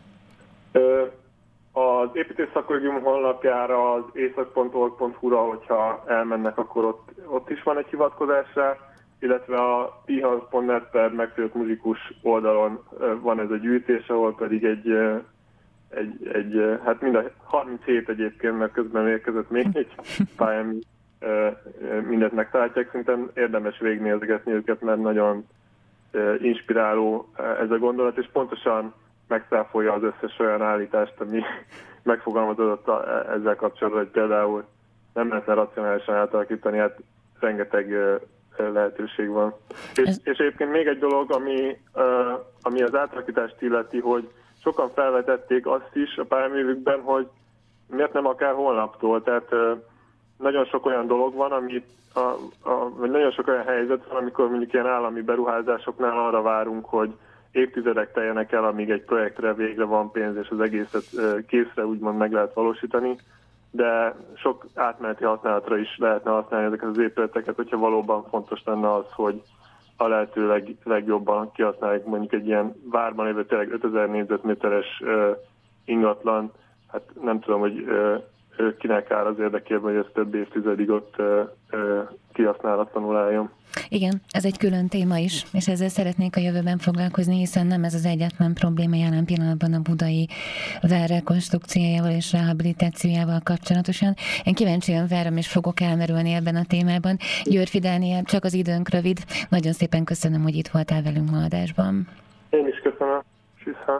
Az építészszakkollégium honlapjára, az észak pont org pont hu-ra, hogyha elmennek, akkor ott, ott is van egy hivatkozásra, illetve a pihansz pont net per megfőtt muzsikus oldalon van ez a gyűjtés, ahol pedig egy, egy, egy hát mind a harminchét egyébként, mert közben érkezett még egy pályám, mindent megtalálják, szerintem érdemes végignézgetni őket, mert nagyon inspiráló ez a gondolat, és pontosan megszáfolja az összes olyan állítást, ami megfogalmazódott ezzel kapcsolatban, hogy például nem lehetne racionálisan átalakítani, hát rengeteg lehetőség van. És, és egyébként még egy dolog, ami, ami az átalakítást illeti, hogy sokan felvetették azt is a pályaművükben, hogy miért nem akár holnaptól, tehát nagyon sok olyan dolog van, amit a, a, vagy nagyon sok olyan helyzet van, amikor mondjuk ilyen állami beruházásoknál arra várunk, hogy évtizedek teljenek el, amíg egy projektre végre van pénz, és az egészet készre úgymond meg lehet valósítani, de sok átmeneti használatra is lehetne használni ezeket az épületeket, hogyha valóban fontos lenne az, hogy a lehető leg, legjobban kihasználjuk mondjuk egy ilyen várban lévő tényleg ötezer négyzetméteres ingatlan, hát nem tudom, hogy kinek áll az érdekében, hogy ez több évtizedig ott kihasználatlanul álljon. Igen, ez egy külön téma is, és ezzel szeretnék a jövőben foglalkozni, hiszen nem ez az egyetlen probléma jelen pillanatban a budai vár rekonstrukciójával és rehabilitációjával kapcsolatosan. Én kíváncsian várom, és fogok elmerülni ebben a témában. Györffy Dániel, csak az időnk rövid. Nagyon szépen köszönöm, hogy itt voltál velünk ma adásban. Én is köszönöm. Viszont.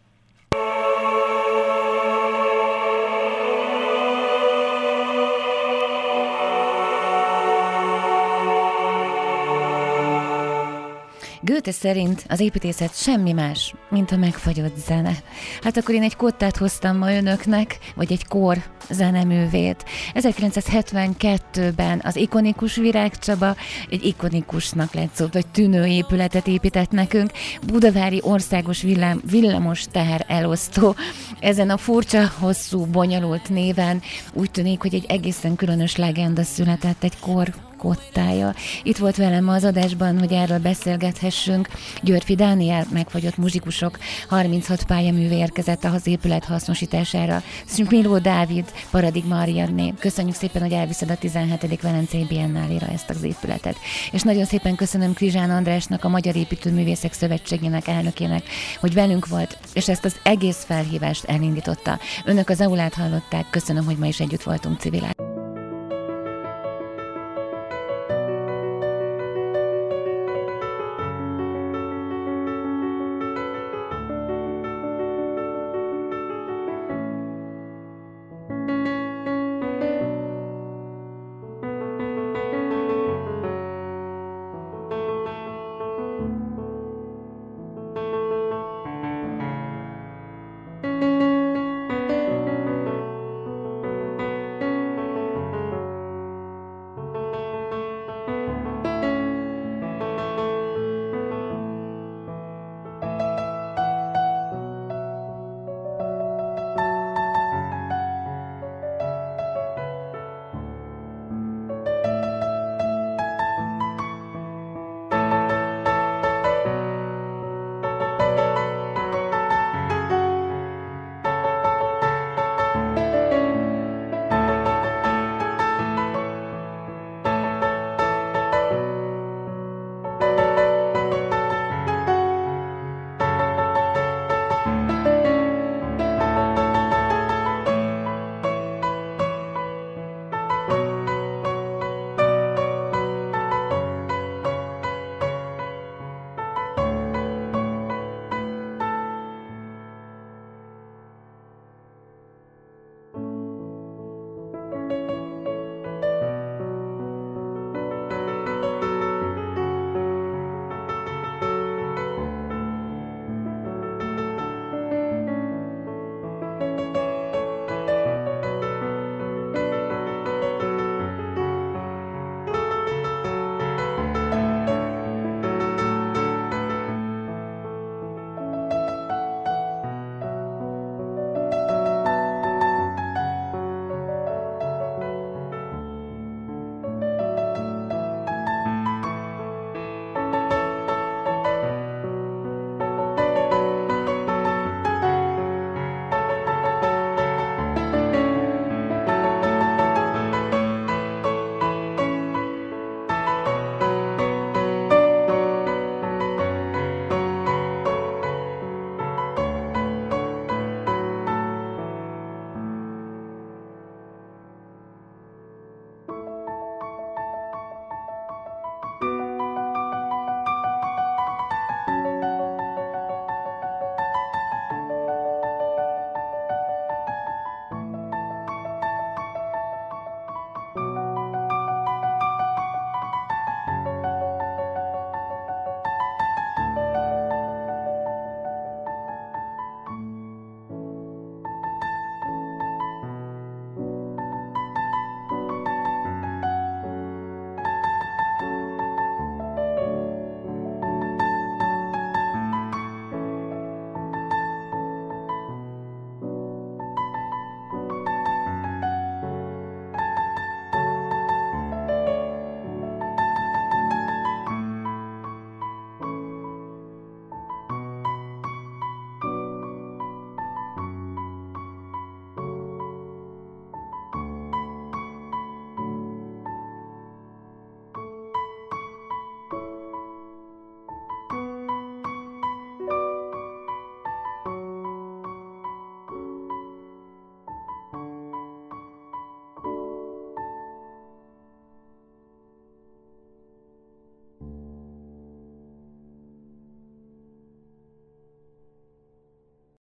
Goethe szerint az építészet semmi más, mint a megfagyott zene. Hát akkor én egy kottát hoztam ma önöknek, vagy egy kor zeneművét. ezerkilencszázhetvenkettőben az ikonikus Virág Csaba egy ikonikusnak látszott, vagy tűnő épületet épített nekünk. Budavári Országos villám, Villamos Teher Elosztó. Ezen a furcsa, hosszú, bonyolult néven úgy tűnik, hogy egy egészen különös legenda született, egy kor kottája. Itt volt velem az adásban, hogy erről beszélgethessünk. Györffy Dániel, megfagyott muzsikusok, harminchat pályaműve érkezett az épület hasznosítására. Smiló Dávid, Paradigma Ariadné. Köszönjük szépen, hogy elviszed a tizenhetedik Velencei Biennáléra ezt az épületet. És nagyon szépen köszönöm Krizsán Andrásnak, a Magyar Építőművészek Szövetségének elnökének, hogy velünk volt, és ezt az egész felhívást elindította. Önök az aulát hallották, köszönöm, hogy ma is együtt voltunk civilák.